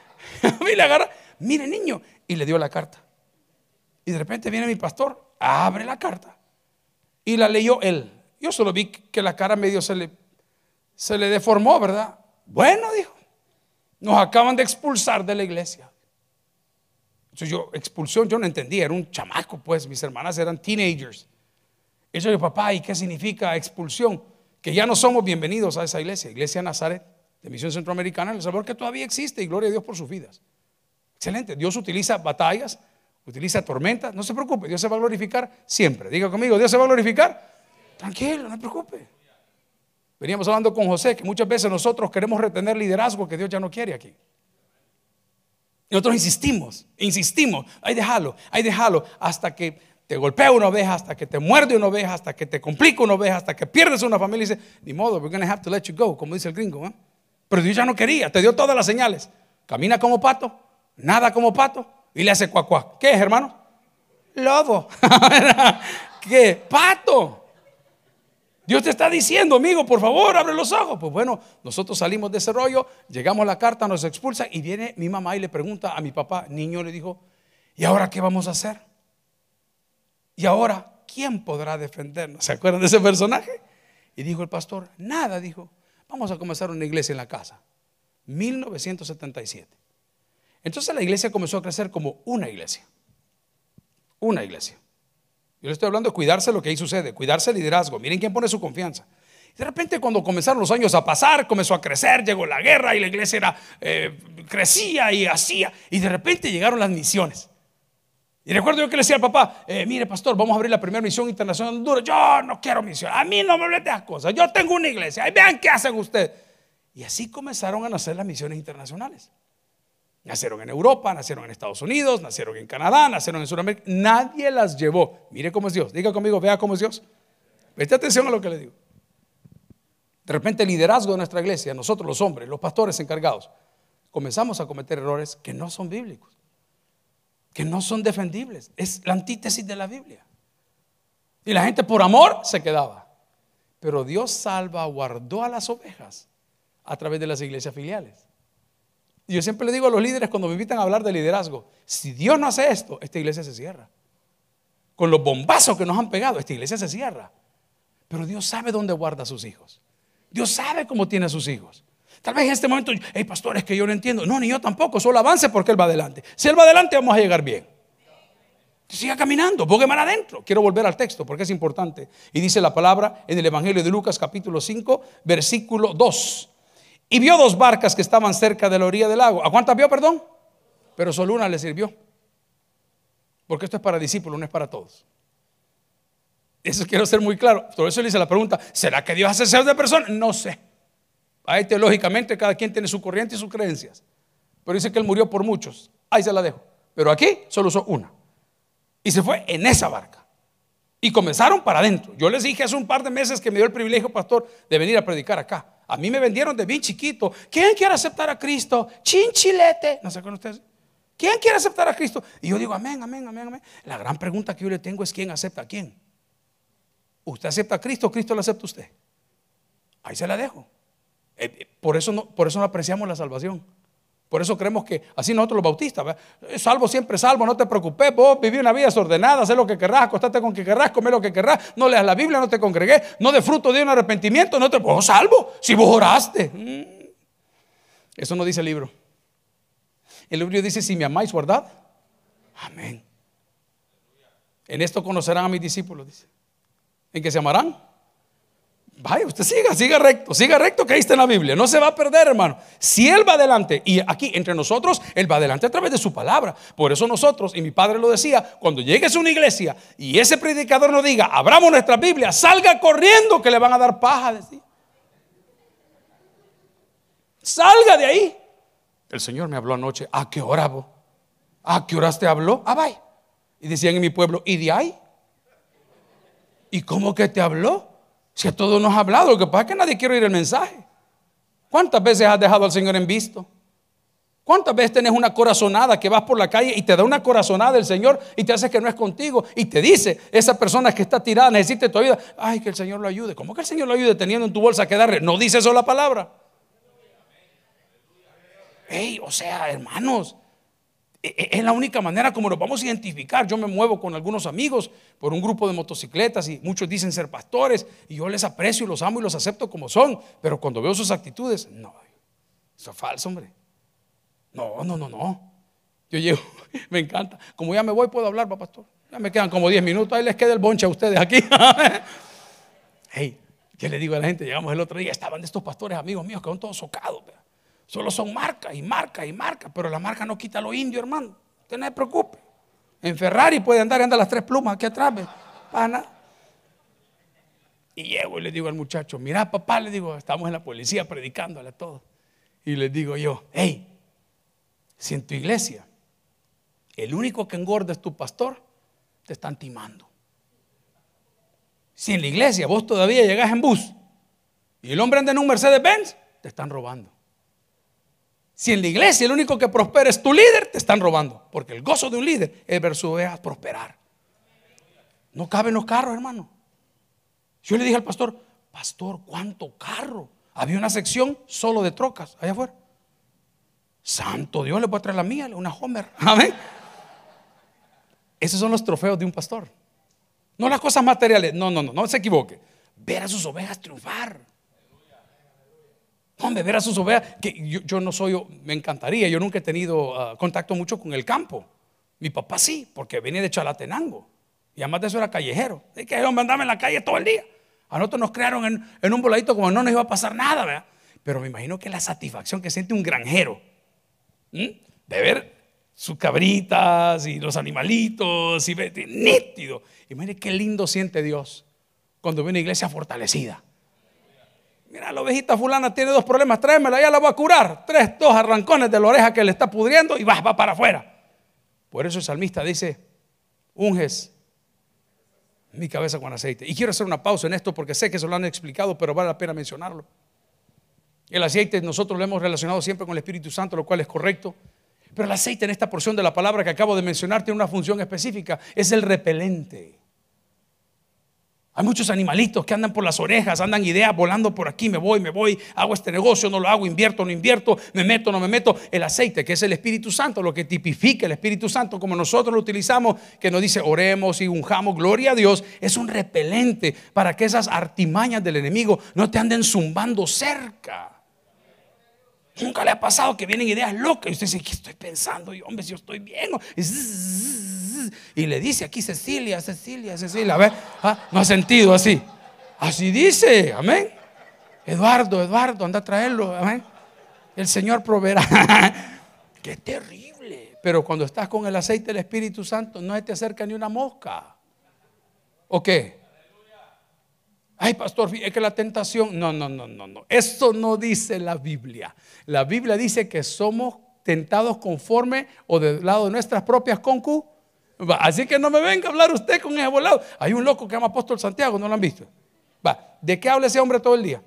a mí le agarra, mire niño, y le dio la carta. Y de repente viene mi pastor, abre la carta y la leyó él. Yo solo vi que la cara medio se le, se le deformó, ¿verdad? Bueno, dijo, nos acaban de expulsar de la iglesia. Entonces yo, expulsión, yo no entendía, era un chamaco, pues mis hermanas eran teenagers. Eso yo, papá, ¿y qué significa expulsión? Que ya no somos bienvenidos a esa iglesia, Iglesia Nazaret de Misión Centroamericana en El Salvador, que todavía existe, y gloria a Dios por sus vidas. Excelente, Dios utiliza batallas, utiliza tormentas, no se preocupe, Dios se va a glorificar siempre. Diga conmigo, Dios se va a glorificar. Tranquilo, no se preocupe. Veníamos hablando con José que muchas veces nosotros queremos retener liderazgo que Dios ya no quiere aquí. Y nosotros insistimos, insistimos, ahí déjalo, ahí déjalo, hasta que te golpea una oveja, hasta que te muerde una oveja, hasta que te complica una oveja, hasta que pierdes una familia, y dice, ni modo, we're going to have to let you go, como dice el gringo, ¿eh? Pero Dios ya no quería, te dio todas las señales. Camina como pato, nada como pato y le hace cuac cuac. ¿Qué es, hermano? Lobo. ¿Qué? Pato. Dios te está diciendo, amigo, por favor, abre los ojos. Pues bueno, nosotros salimos de ese rollo, llegamos a la carta, nos expulsan y viene mi mamá y le pregunta a mi papá, niño, le dijo, ¿y ahora qué vamos a hacer? ¿Y ahora quién podrá defendernos? ¿Se acuerdan de ese personaje? Y dijo el pastor, nada, dijo, vamos a comenzar una iglesia en la casa. mil novecientos setenta y siete. Entonces la iglesia comenzó a crecer como una iglesia. Una iglesia. Yo le estoy hablando de cuidarse lo que ahí sucede, cuidarse el liderazgo. Miren quién pone su confianza. De repente, cuando comenzaron los años a pasar, comenzó a crecer, llegó la guerra y la iglesia era, eh, crecía y hacía. Y de repente llegaron las misiones. Y recuerdo yo que le decía al papá, eh, mire pastor, vamos a abrir la primera misión internacional de Honduras. Yo no quiero misión, a mí no me hables de esas cosas. Yo tengo una iglesia, y vean qué hacen ustedes. Y así comenzaron a nacer las misiones internacionales. Nacieron en Europa, nacieron en Estados Unidos, nacieron en Canadá, nacieron en Sudamérica. Nadie las llevó. Mire cómo es Dios. Diga conmigo, vea cómo es Dios. Preste atención a lo que le digo. De repente el liderazgo de nuestra iglesia, nosotros los hombres, los pastores encargados, comenzamos a cometer errores que no son bíblicos, que no son defendibles. Es la antítesis de la Biblia. Y la gente por amor se quedaba. Pero Dios salvaguardó a las ovejas a través de las iglesias filiales. Y yo siempre le digo a los líderes cuando me invitan a hablar de liderazgo, si Dios no hace esto, esta iglesia se cierra. Con los bombazos que nos han pegado, esta iglesia se cierra. Pero Dios sabe dónde guarda a sus hijos. Dios sabe cómo tiene a sus hijos. Tal vez en este momento, hey pastor, es que yo no entiendo. No, ni yo tampoco, solo avance porque Él va adelante. Si Él va adelante, vamos a llegar bien. Siga caminando, póngame para adentro. Quiero volver al texto porque es importante. Y dice la palabra en el Evangelio de Lucas capítulo cinco, versículo dos. Y vio dos barcas que estaban cerca de la orilla del lago. ¿A cuántas vio, perdón? Pero solo una le sirvió. Porque esto es para discípulos, no es para todos. Eso quiero ser muy claro. Por eso le hice la pregunta, ¿será que Dios hace celos de personas? No sé. Ahí teológicamente cada quien tiene su corriente y sus creencias. Pero dice que Él murió por muchos. Ahí se la dejo. Pero aquí solo usó una. Y se fue en esa barca. Y comenzaron para adentro. Yo les dije hace un par de meses que me dio el privilegio, pastor, de venir a predicar acá. A mí me vendieron de bien chiquito. ¿Quién quiere aceptar a Cristo? Chinchilete. ¿No se acuerdan ustedes? ¿Quién quiere aceptar a Cristo? Y yo digo, amén, amén, amén, amén. La gran pregunta que yo le tengo es, ¿quién acepta a quién? ¿Usted acepta a Cristo o Cristo lo acepta a usted? Ahí se la dejo. Por eso no, por eso no apreciamos la salvación. Por eso creemos que así nosotros los bautistas, ¿verdad? Salvo siempre salvo, no te preocupes, vos viví una vida desordenada, haz lo que querrás, acostarte con que querrás, comer lo que querrás, no leas la Biblia, no te congregues, no de fruto de un arrepentimiento, no te, vos salvo, si vos oraste. Eso no dice el libro. El libro dice, si me amáis, guardad. Amén. En esto conocerán a mis discípulos, dice. ¿En qué se amarán? Vaya, usted siga, siga recto, siga recto, que ahí está en la Biblia. No se va a perder, hermano. Si Él va adelante, y aquí entre nosotros, Él va adelante a través de su palabra. Por eso nosotros, y mi padre lo decía, cuando llegues a una iglesia y ese predicador nos diga, abramos nuestra Biblia, salga corriendo que le van a dar paja, decía. Salga de ahí. El Señor me habló anoche. ¿A qué hora vos? ¿A qué horas te habló? Ah, vaya. Y decían en mi pueblo, ¿y de ahí? ¿Y cómo que te habló? Si a todos nos ha hablado, lo que pasa es que nadie quiere oír el mensaje. ¿Cuántas veces has dejado al Señor en visto? ¿Cuántas veces tenés una corazonada que vas por la calle y te da una corazonada el Señor y te hace que no es contigo y te dice, esa persona que está tirada necesita tu ayuda? Ay, que el Señor lo ayude. ¿Cómo que el Señor lo ayude teniendo en tu bolsa que darle? No dice eso la palabra. Hey, o sea, hermanos, es la única manera como nos vamos a identificar. Yo me muevo con algunos amigos por un grupo de motocicletas y muchos dicen ser pastores y yo les aprecio y los amo y los acepto como son, pero cuando veo sus actitudes, no, eso es falso, hombre. No, no, no, no. Yo llego, me encanta. Como ya me voy, puedo hablar, papá pastor. Ya me quedan como diez minutos, ahí les queda el bonche a ustedes aquí. Hey, ¿qué le digo a la gente? Llegamos el otro día, estaban de estos pastores amigos míos que son todos socados, ¿verdad? Solo son marcas y marcas y marcas, pero la marca no quita lo indio, hermano. Usted no se preocupe. En Ferrari puede andar y anda las tres plumas aquí atrás, pana. Y llego y le digo al muchacho, mira papá, le digo, estamos en la policía predicándole a todos. Y le digo yo, hey, si en tu iglesia el único que engorda es tu pastor, te están timando. Si en la iglesia vos todavía llegás en bus y el hombre anda en un Mercedes-Benz, te están robando. Si en la iglesia el único que prospera es tu líder, te están robando. Porque el gozo de un líder es ver su oveja prosperar. No caben los carros, hermano. Yo le dije al pastor: pastor, ¿cuánto carro? Había una sección solo de trocas allá afuera. Santo Dios, le voy a traer la mía, una Homer. Amén. Esos son los trofeos de un pastor. No las cosas materiales. No, no, no, no se equivoque. Ver a sus ovejas triunfar. Hombre, ver a sus ovejas. Que yo, yo no soy, me encantaría. Yo nunca he tenido uh, contacto mucho con el campo. Mi papá sí, porque venía de Chalatenango. Y además de eso era callejero. Es que hombre andaba en la calle todo el día. A nosotros nos crearon en, en un voladito como no nos iba a pasar nada, ¿verdad? Pero me imagino que la satisfacción que siente un granjero, ¿sí?, de ver sus cabritas y los animalitos y ve, nítido. Imagínate qué lindo siente Dios cuando ve una iglesia fortalecida. Mira, la ovejita fulana tiene dos problemas, tráemela, ya la voy a curar. Tres, dos arrancones de la oreja que le está pudriendo y va, va para afuera. Por eso el salmista dice: unges mi cabeza con aceite. Y quiero hacer una pausa en esto porque sé que se lo han explicado, pero vale la pena mencionarlo. El aceite nosotros lo hemos relacionado siempre con el Espíritu Santo, lo cual es correcto. Pero el aceite en esta porción de la palabra que acabo de mencionar tiene una función específica: es el repelente. Hay muchos animalitos que andan por las orejas, andan ideas volando por aquí, me voy, me voy, hago este negocio, no lo hago, invierto, no invierto, me meto, no me meto. El aceite, que es el Espíritu Santo, lo que tipifica el Espíritu Santo, como nosotros lo utilizamos, que nos dice oremos y unjamos, gloria a Dios, es un repelente para que esas artimañas del enemigo no te anden zumbando cerca. Nunca le ha pasado que vienen ideas locas y usted dice: ¿qué estoy pensando? Y hombre, si yo estoy bien. Y le dice aquí Cecilia, Cecilia, Cecilia. A ver, ¿ah? No ha sentido así. Así dice, amén. Eduardo, Eduardo, anda a traerlo, amén. El Señor proveerá. Qué terrible. Pero cuando estás con el aceite del Espíritu Santo, no se te acerca ni una mosca. ¿O qué? Ay, pastor, es que la tentación. No, no, no, no, no. Eso no dice la Biblia. La Biblia dice que somos tentados conforme o del lado de nuestras propias concu. Así que no me venga a hablar usted con ese volado. Hay un loco que se llama Apóstol Santiago, ¿no lo han visto? Va, ¿de qué habla ese hombre todo el día?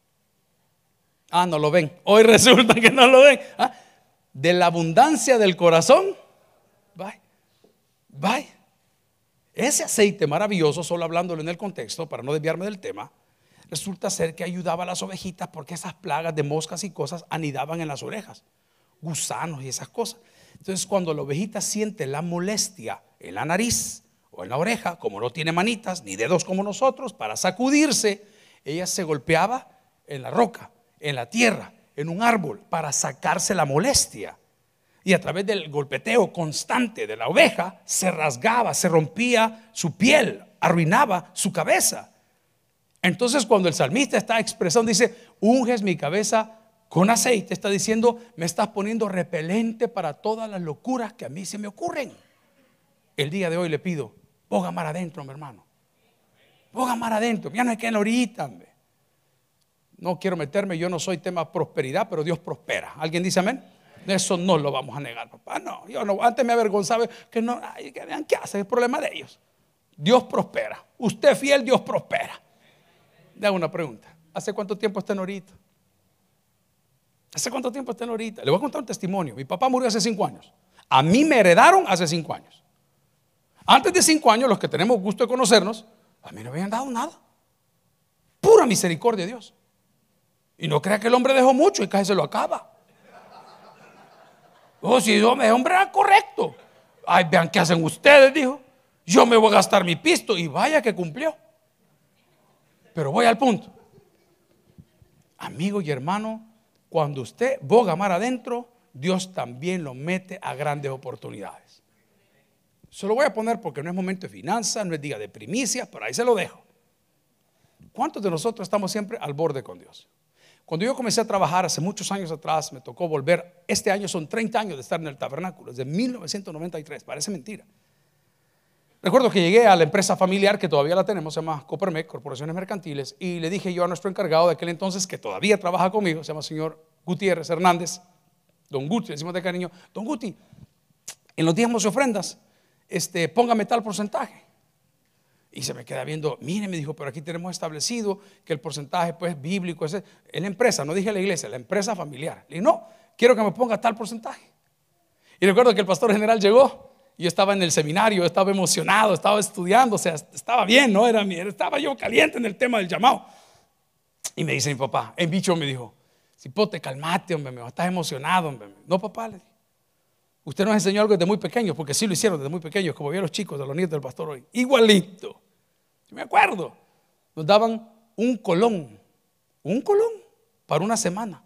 Ah, no lo ven. Hoy resulta que no lo ven. ¿Ah? De la abundancia del corazón. Bye, bye. Ese aceite maravilloso, solo hablándolo en el contexto para no desviarme del tema, resulta ser que ayudaba a las ovejitas porque esas plagas de moscas y cosas anidaban en las orejas, gusanos y esas cosas. Entonces cuando la ovejita siente la molestia en la nariz o en la oreja, como no tiene manitas ni dedos como nosotros para sacudirse, ella se golpeaba en la roca, en la tierra, en un árbol para sacarse la molestia. Y a través del golpeteo constante de la oveja se rasgaba, se rompía su piel, arruinaba su cabeza. Entonces cuando el salmista está expresando, dice: unges mi cabeza con aceite, está diciendo: me estás poniendo repelente para todas las locuras que a mí se me ocurren. El día de hoy le pido: ponga mar adentro, mi hermano. Ponga mar adentro, ya no es que en la orillita, hombre. No quiero meterme, yo no soy tema prosperidad, pero Dios prospera. ¿Alguien dice amén? Eso no lo vamos a negar, papá. No, yo no, antes me avergonzaba que no, ay, que vean qué hace, es el problema de ellos. Dios prospera. Usted fiel, Dios prospera. Le hago una pregunta: ¿hace cuánto tiempo está en Orita? ¿Hace cuánto tiempo está en Orita? Le voy a contar un testimonio. Mi papá murió hace cinco años. A mí me heredaron hace cinco años. Antes de cinco años, los que tenemos gusto de conocernos, a mí no me habían dado nada. Pura misericordia de Dios. Y no crea que el hombre dejó mucho y casi se lo acaba. Oh, si yo me hombre era correcto. Ay, vean qué hacen ustedes, dijo. Yo me voy a gastar mi pisto. Y vaya que cumplió. Pero voy al punto. Amigo y hermano, cuando usted boga mar adentro, Dios también lo mete a grandes oportunidades. Se lo voy a poner porque no es momento de finanzas, no es día de primicias, pero ahí se lo dejo. ¿Cuántos de nosotros estamos siempre al borde con Dios? Cuando yo comencé a trabajar hace muchos años atrás, me tocó volver. Este año son treinta años de estar en el tabernáculo, desde mil novecientos noventa y tres, parece mentira. Recuerdo que llegué a la empresa familiar que todavía la tenemos, se llama Copermec, Corporaciones Mercantiles, y le dije yo a nuestro encargado de aquel entonces, que todavía trabaja conmigo, se llama señor Gutiérrez Hernández, don Guti, decimos de cariño: don Guti, en los diezmos y ofrendas, este, póngame tal porcentaje. Y se me queda viendo, mire, me dijo, pero aquí tenemos establecido que el porcentaje pues bíblico es en la empresa, no dije la iglesia, la empresa familiar. Le dije, no, quiero que me ponga tal porcentaje. Y recuerdo que el pastor general llegó, y yo estaba en el seminario, estaba emocionado, estaba estudiando, o sea, estaba bien, ¿no? Era, estaba yo caliente en el tema del llamado. Y me dice mi papá, el bicho me dijo, cipote, calmate, hombre, me estás emocionado, hombre. No, papá, le dije, usted nos enseñó algo desde muy pequeños, porque sí lo hicieron desde muy pequeños, como vieron los chicos de los nietos del pastor hoy. Igualito. Yo me acuerdo. Nos daban un colón, un colón para una semana.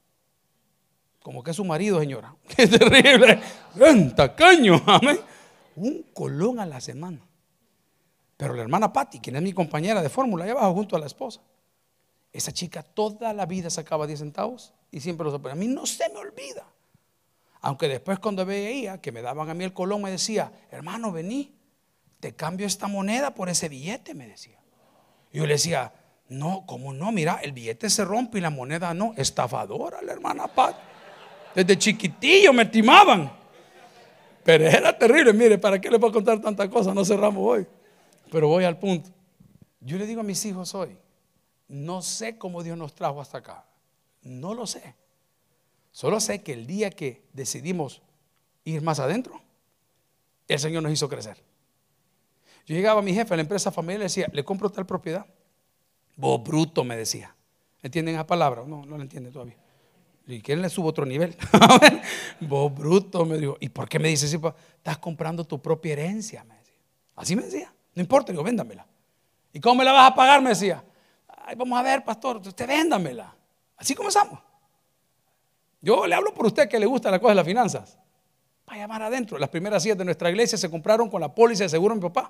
Como que es su marido, señora. Qué terrible. ¡Gran tacaño! Amén. Un colón a la semana. Pero la hermana Patti, quien es mi compañera de fórmula, allá abajo junto a la esposa, esa chica toda la vida sacaba diez centavos y siempre los ponía. A mí no se me olvida. Aunque después cuando veía que me daban a mí el colón me decía, hermano, vení, te cambio esta moneda por ese billete, me decía. Y yo le decía, no, ¿cómo no? Mira, el billete se rompe y la moneda no. Estafadora la hermana Pat. Desde chiquitillo me timaban. Pero era terrible. Mire, ¿para qué le puedo contar tantas cosas? No cerramos hoy. Pero voy al punto. Yo le digo a mis hijos hoy, no sé cómo Dios nos trajo hasta acá. No lo sé. Solo sé que el día que decidimos ir más adentro, el Señor nos hizo crecer. Yo llegaba a mi jefe a la empresa familiar y le decía, le compro tal propiedad. Vos bruto, me decía. ¿Entienden esa palabra? No, no la entienden todavía. ¿Y quién le subo otro nivel? Vos bruto, me dijo. ¿Y por qué me dice así? Estás comprando tu propia herencia, me decía. Así me decía. No importa, digo, véndamela. ¿Y cómo me la vas a pagar? Me decía. Ay, vamos a ver, pastor, usted véndamela. Así comenzamos. Yo le hablo por usted que le gusta la cosa de las finanzas. Para llamar adentro. Las primeras sillas de nuestra iglesia se compraron con la póliza de seguro de mi papá.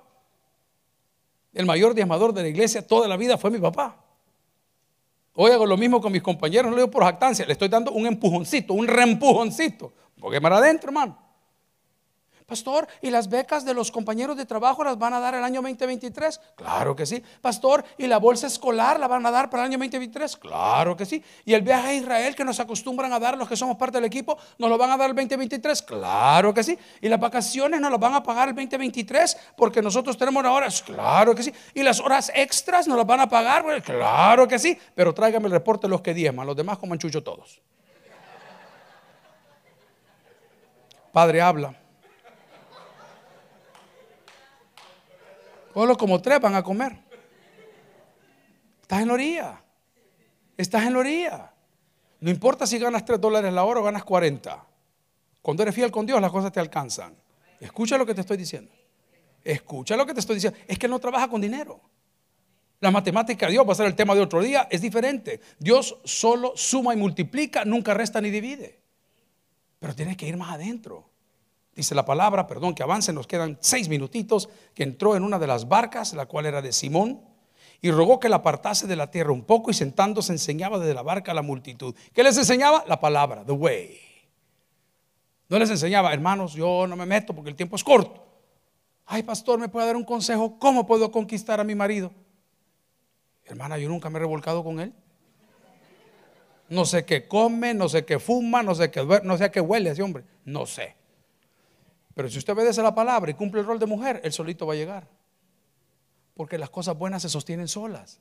El mayor diezmador de la iglesia toda la vida fue mi papá. Hoy hago lo mismo con mis compañeros, no lo digo por jactancia, le estoy dando un empujoncito, un reempujoncito. Porque para adentro, hermano. Pastor, ¿y las becas de los compañeros de trabajo las van a dar el año veinte veintitrés? Claro que sí. Pastor, ¿y la bolsa escolar la van a dar para el año veinte veintitrés? Claro que sí. ¿Y el viaje a Israel que nos acostumbran a dar los que somos parte del equipo, nos lo van a dar el veinte veintitrés? Claro que sí. ¿Y las vacaciones nos las van a pagar el veinte veintitrés porque nosotros tenemos horas? Claro que sí. ¿Y las horas extras nos las van a pagar? Bueno, claro que sí. Pero tráigame el reporte de los que diezman, los demás coman chucho todos. Padre, habla. Solo como tres van a comer. Estás en la orilla. Estás en la orilla. No importa si ganas tres dólares la hora o ganas cuarenta. Cuando eres fiel con Dios, las cosas te alcanzan. Escucha lo que te estoy diciendo. Escucha lo que te estoy diciendo. Es que no trabaja con dinero. La matemática de Dios va a ser el tema de otro día. Es diferente. Dios solo suma y multiplica, nunca resta ni divide. Pero tienes que ir más adentro. Dice la palabra, perdón que avance, nos quedan seis minutitos, que entró en una de las barcas, la cual era de Simón, y rogó que la apartase de la tierra un poco, y sentándose enseñaba desde la barca a la multitud. ¿Qué les enseñaba? La palabra, the way. No les enseñaba, hermanos, yo no me meto porque el tiempo es corto. Ay, pastor, ¿me puede dar un consejo? ¿Cómo puedo conquistar a mi marido? Hermana, yo nunca me he revolcado con él. No sé qué come, no sé qué fuma, no sé qué duerme, no sé a qué huele ese hombre, no sé. Pero si usted obedece la palabra y cumple el rol de mujer, él solito va a llegar. Porque las cosas buenas se sostienen solas.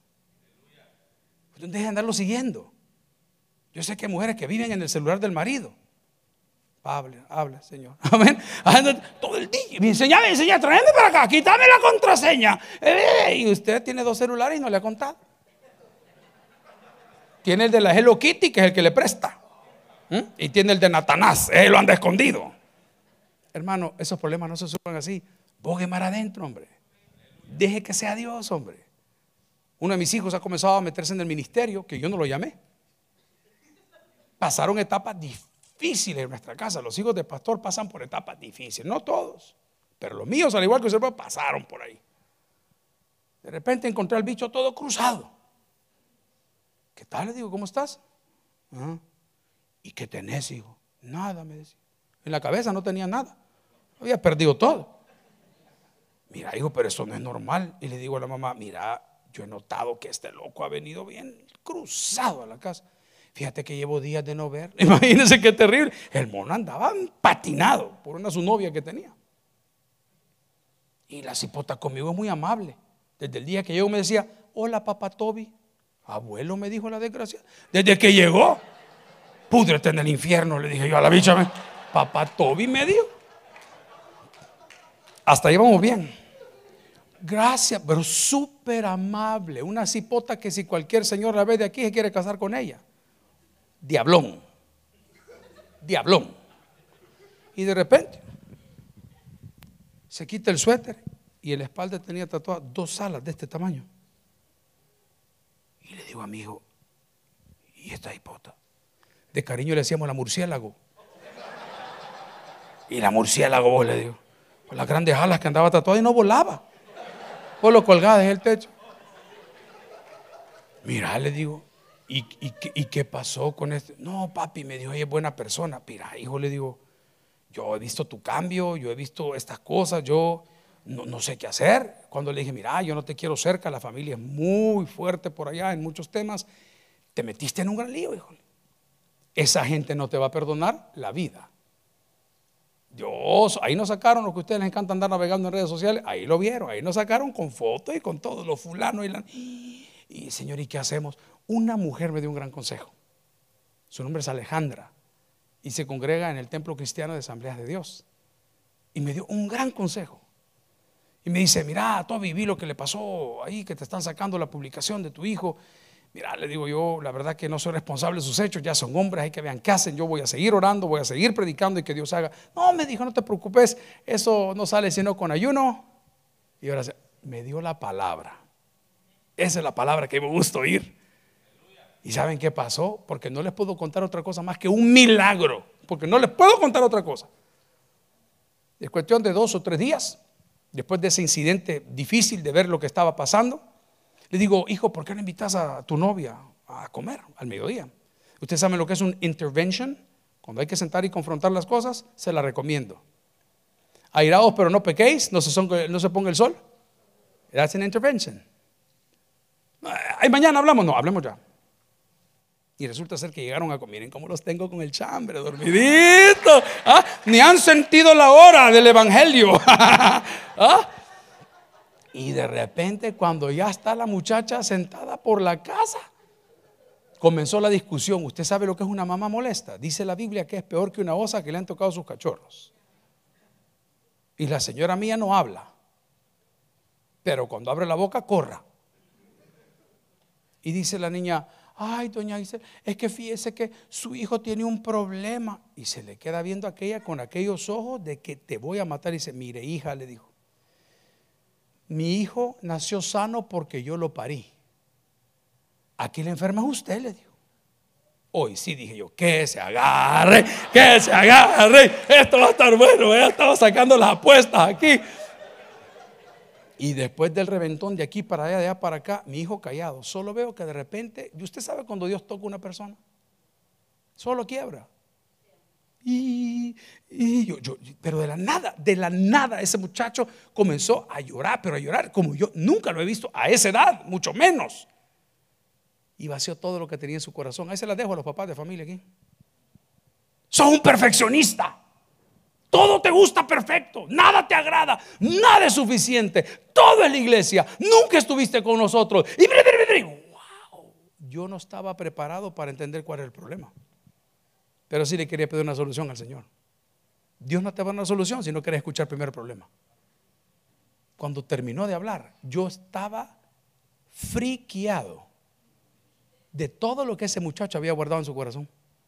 Usted deja de andarlo siguiendo. Yo sé que hay mujeres que viven en el celular del marido. Habla, habla, Señor. Amén. Todo el día. Me enseñaba, enseña, tráeme para acá, quítame la contraseña. Y usted tiene dos celulares y no le ha contado. Tiene el de la Hello Kitty, que es el que le presta. ¿Mm? Y tiene el de Natanás, él lo anda escondido. Hermano, esos problemas no se suben así. Bogue mar adentro, hombre. Deje que sea Dios, hombre. Uno de mis hijos ha comenzado a meterse en el ministerio, que yo no lo llamé. Pasaron etapas difíciles en nuestra casa. Los hijos del pastor pasan por etapas difíciles. No todos, pero los míos, al igual que ustedes, pasaron por ahí. De repente encontré al bicho todo cruzado. ¿Qué tal? Le digo, ¿cómo estás? ¿Ah? ¿Y qué tenés, hijo? Nada, me decía. En la cabeza no tenía nada. Había perdido todo. Mira, hijo, pero eso no es normal. Y le digo a la mamá, mira, yo he notado que este loco ha venido bien cruzado a la casa. Fíjate que llevo días de no ver. Imagínense qué terrible. El mono andaba patinado por una su novia que tenía. Y la cipota conmigo es muy amable. Desde el día que llegó me decía, hola papá Toby. Abuelo, me dijo la desgracia. Desde que llegó, púdrete en el infierno, le dije yo a la bicha. Papá Toby me dijo. Hasta ahí vamos bien. Gracias, pero súper amable. Una cipota que si cualquier señor la ve de aquí se quiere casar con ella. Diablón. Diablón. Y de repente se quita el suéter y en la espalda tenía tatuadas dos alas de este tamaño. Y le digo a mi hijo, ¿y esta hipota? De cariño le decíamos la murciélago. Y la murciélago, vos le digo, con las grandes alas que andaba tatuada y no volaba. Vos lo colgás desde el techo. Mira, le digo, ¿y, y, ¿y qué pasó con este? No, papi, me dijo, ella es buena persona. Mira, hijo, le digo, yo he visto tu cambio, yo he visto estas cosas, yo no, no sé qué hacer. Cuando le dije, mira, yo no te quiero cerca, la familia es muy fuerte por allá en muchos temas, te metiste en un gran lío, hijo. Esa gente no te va a perdonar la vida. Dios, ahí nos sacaron lo que a ustedes les encanta andar navegando en redes sociales, ahí lo vieron, ahí nos sacaron con fotos y con todos los fulanos y, la, y Señor, ¿y qué hacemos? Una mujer me dio un gran consejo. Su nombre es Alejandra y se congrega en el Templo Cristiano de Asambleas de Dios. Y me dio un gran consejo. Y me dice, mira, Toby, vi lo que le pasó ahí, que te están sacando la publicación de tu hijo. Mira, le digo yo, la verdad que no soy responsable de sus hechos, ya son hombres, hay que vean qué hacen, yo voy a seguir orando, voy a seguir predicando y que Dios haga. No, me dijo, no te preocupes, eso no sale sino con ayuno. Y ahora me dio la palabra. Esa es la palabra que me gusta oír. ¿Y saben qué pasó? Porque no les puedo contar otra cosa más que un milagro, porque no les puedo contar otra cosa. Es cuestión de dos o tres días, después de ese incidente difícil de ver lo que estaba pasando, le digo, hijo, ¿por qué no invitas a tu novia a comer al mediodía? Ustedes saben lo que es un intervention. Cuando hay que sentar y confrontar las cosas, se la recomiendo. Airados pero no pequéis, no se, son, no se ponga el sol. That's an intervention. Ay, mañana hablamos, no, hablemos ya. Y resulta ser que llegaron a comer. Miren cómo los tengo con el chambre, dormidito. ¿Ah? Ni han sentido la hora del evangelio. ¿Ah? Y de repente, cuando ya está la muchacha sentada por la casa, comenzó la discusión. ¿Usted sabe lo que es una mamá molesta? Dice la Biblia que es peor que una osa que le han tocado sus cachorros. Y la señora mía no habla, pero cuando abre la boca, corra. Y dice la niña, ay, doña Isel, es que fíjese que su hijo tiene un problema. Y se le queda viendo a aquella con aquellos ojos de que te voy a matar. Y dice, mire, hija, le dijo, mi hijo nació sano porque yo lo parí. Aquí la enferma es usted, le dijo. Hoy sí dije yo, que se agarre, que se agarre. Esto va a estar bueno, ya estaba sacando las apuestas aquí. Y después del reventón de aquí para allá, de allá para acá, mi hijo callado. Solo veo que de repente, ¿y usted sabe cuando Dios toca a una persona? Solo quiebra. Y, y yo, yo, pero de la nada, de la nada, ese muchacho comenzó a llorar, pero a llorar como yo nunca lo he visto a esa edad, mucho menos. Y vació todo lo que tenía en su corazón. Ahí se las dejo a los papás de familia aquí. Sos un perfeccionista. Todo te gusta perfecto, nada te agrada, nada es suficiente. Todo es la iglesia, nunca estuviste con nosotros. Y wow, yo no estaba preparado para entender cuál era el problema. Pero sí le quería pedir una solución al Señor. Dios no te va a dar una solución si no quieres escuchar primero el problema. Cuando terminó de hablar, yo estaba friqueado de todo lo que ese muchacho había guardado en su corazón.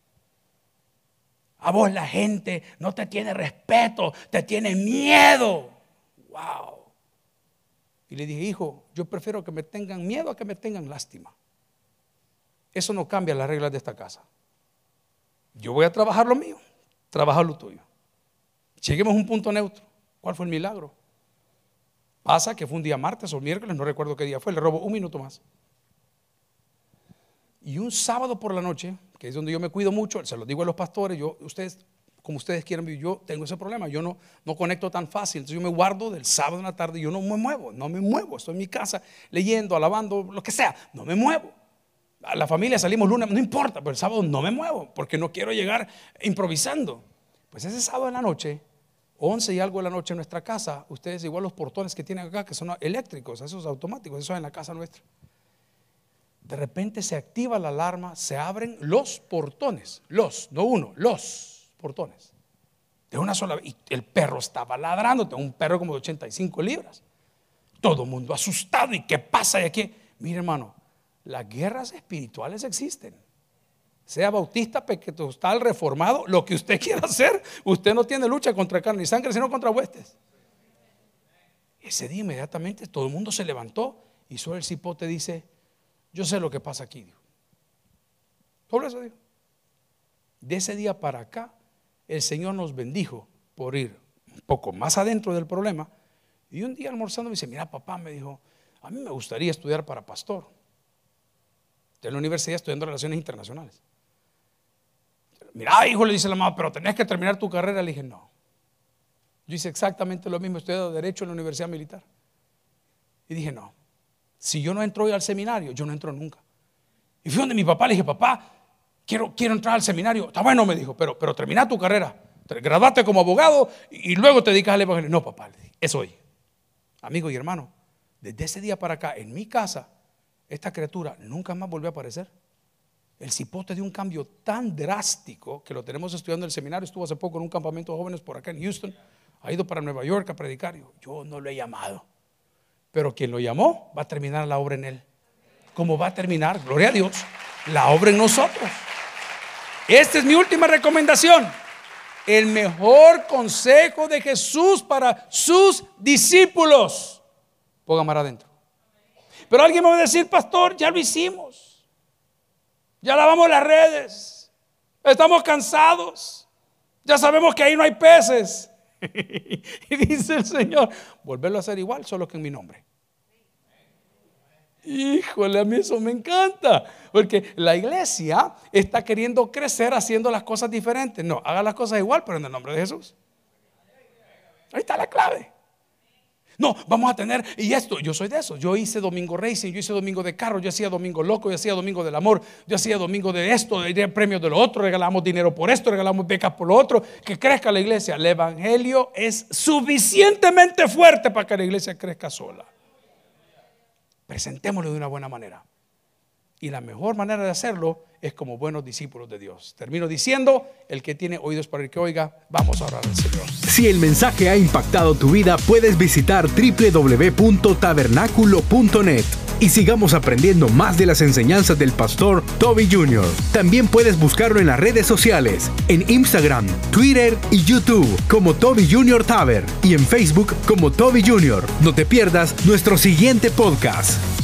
A vos la gente no te tiene respeto, te tiene miedo. Wow. Y le dije, hijo, yo prefiero que me tengan miedo a que me tengan lástima. Eso no cambia las reglas de esta casa. Yo voy a trabajar lo mío, trabajar lo tuyo. Lleguemos a un punto neutro. ¿Cuál fue el milagro? Pasa que fue un día martes o miércoles, no recuerdo qué día fue, le robo un minuto más. Y un sábado por la noche, que es donde yo me cuido mucho, se lo digo a los pastores, yo, ustedes, como ustedes quieran vivir, yo tengo ese problema, yo no, no conecto tan fácil, entonces yo me guardo del sábado en la tarde, yo no me muevo, no me muevo, estoy en mi casa leyendo, alabando, lo que sea, no me muevo. A la familia salimos lunes, no importa, pero el sábado no me muevo, porque no quiero llegar improvisando. Pues ese sábado en la noche, once y algo de la noche en nuestra casa, ustedes igual los portones que tienen acá, que son eléctricos, esos automáticos, esos en la casa nuestra. De repente se activa la alarma, se abren los portones, los, no uno, los portones. De una sola vez, y el perro estaba ladrando, tengo un perro como de ochenta y cinco libras. Todo el mundo asustado, ¿y qué pasa? ¿Y aquí? Mire, hermano, las guerras espirituales existen. Sea bautista, pentecostal, reformado, lo que usted quiera hacer, usted no tiene lucha contra carne y sangre, sino contra huestes. Ese día inmediatamente todo el mundo se levantó y solo el cipote dice: yo sé lo que pasa aquí, dijo. Sobre eso dijo. De ese día para acá, el Señor nos bendijo por ir un poco más adentro del problema. Y un día almorzando me dice: mira, papá, me dijo, a mí me gustaría estudiar para pastor. Estoy en la universidad estudiando relaciones internacionales. Mira, hijo, le dice la mamá, pero tenés que terminar tu carrera. Le dije: no. Yo hice exactamente lo mismo, estudié Derecho en la Universidad Militar. Y dije: no, si yo no entro hoy al seminario, yo no entro nunca. Y fui donde mi papá, le dije: papá, quiero, quiero entrar al seminario. Está bueno, me dijo, pero, pero termina tu carrera, graduate como abogado y, y luego te dedicas al evangelio. No, papá, le dije, es hoy. Amigo y hermano, desde ese día para acá, en mi casa, esta criatura nunca más volvió a aparecer. El cipote dio un cambio tan drástico que lo tenemos estudiando en el seminario. Estuvo hace poco en un campamento de jóvenes por acá en Houston. Ha ido para Nueva York a predicar. Yo no lo he llamado, pero quien lo llamó va a terminar la obra en él. ¿Cómo va a terminar? Gloria a Dios, la obra en nosotros. Esta es mi última recomendación. El mejor consejo de Jesús para sus discípulos: ponga mar adentro. Pero alguien me va a decir: pastor, ya lo hicimos, ya lavamos las redes, estamos cansados, ya sabemos que ahí no hay peces. Y dice el Señor: volverlo a hacer igual, solo que en mi nombre. Híjole, a mí eso me encanta, porque la iglesia está queriendo crecer haciendo las cosas diferentes. No, haga las cosas igual, pero en el nombre de Jesús. Ahí está la clave. No, vamos a tener, y esto, yo soy de eso. Yo hice domingo racing, yo hice domingo de carro, yo hacía domingo loco, yo hacía domingo del amor, yo hacía domingo de esto, de premios de lo otro, regalamos dinero por esto, regalamos becas por lo otro, que crezca la iglesia. El evangelio es suficientemente fuerte para que la iglesia crezca sola. Presentémoslo de una buena manera. Y la mejor manera de hacerlo es como buenos discípulos de Dios. Termino diciendo: el que tiene oídos para el que oiga. Vamos a orar al Señor. Si el mensaje ha impactado tu vida, puedes visitar doble u doble u doble u punto tabernáculo punto net y sigamos aprendiendo más de las enseñanzas del pastor Toby junior También puedes buscarlo en las redes sociales, en Instagram, Twitter y YouTube como Toby junior Taber y en Facebook como Toby junior No te pierdas nuestro siguiente podcast.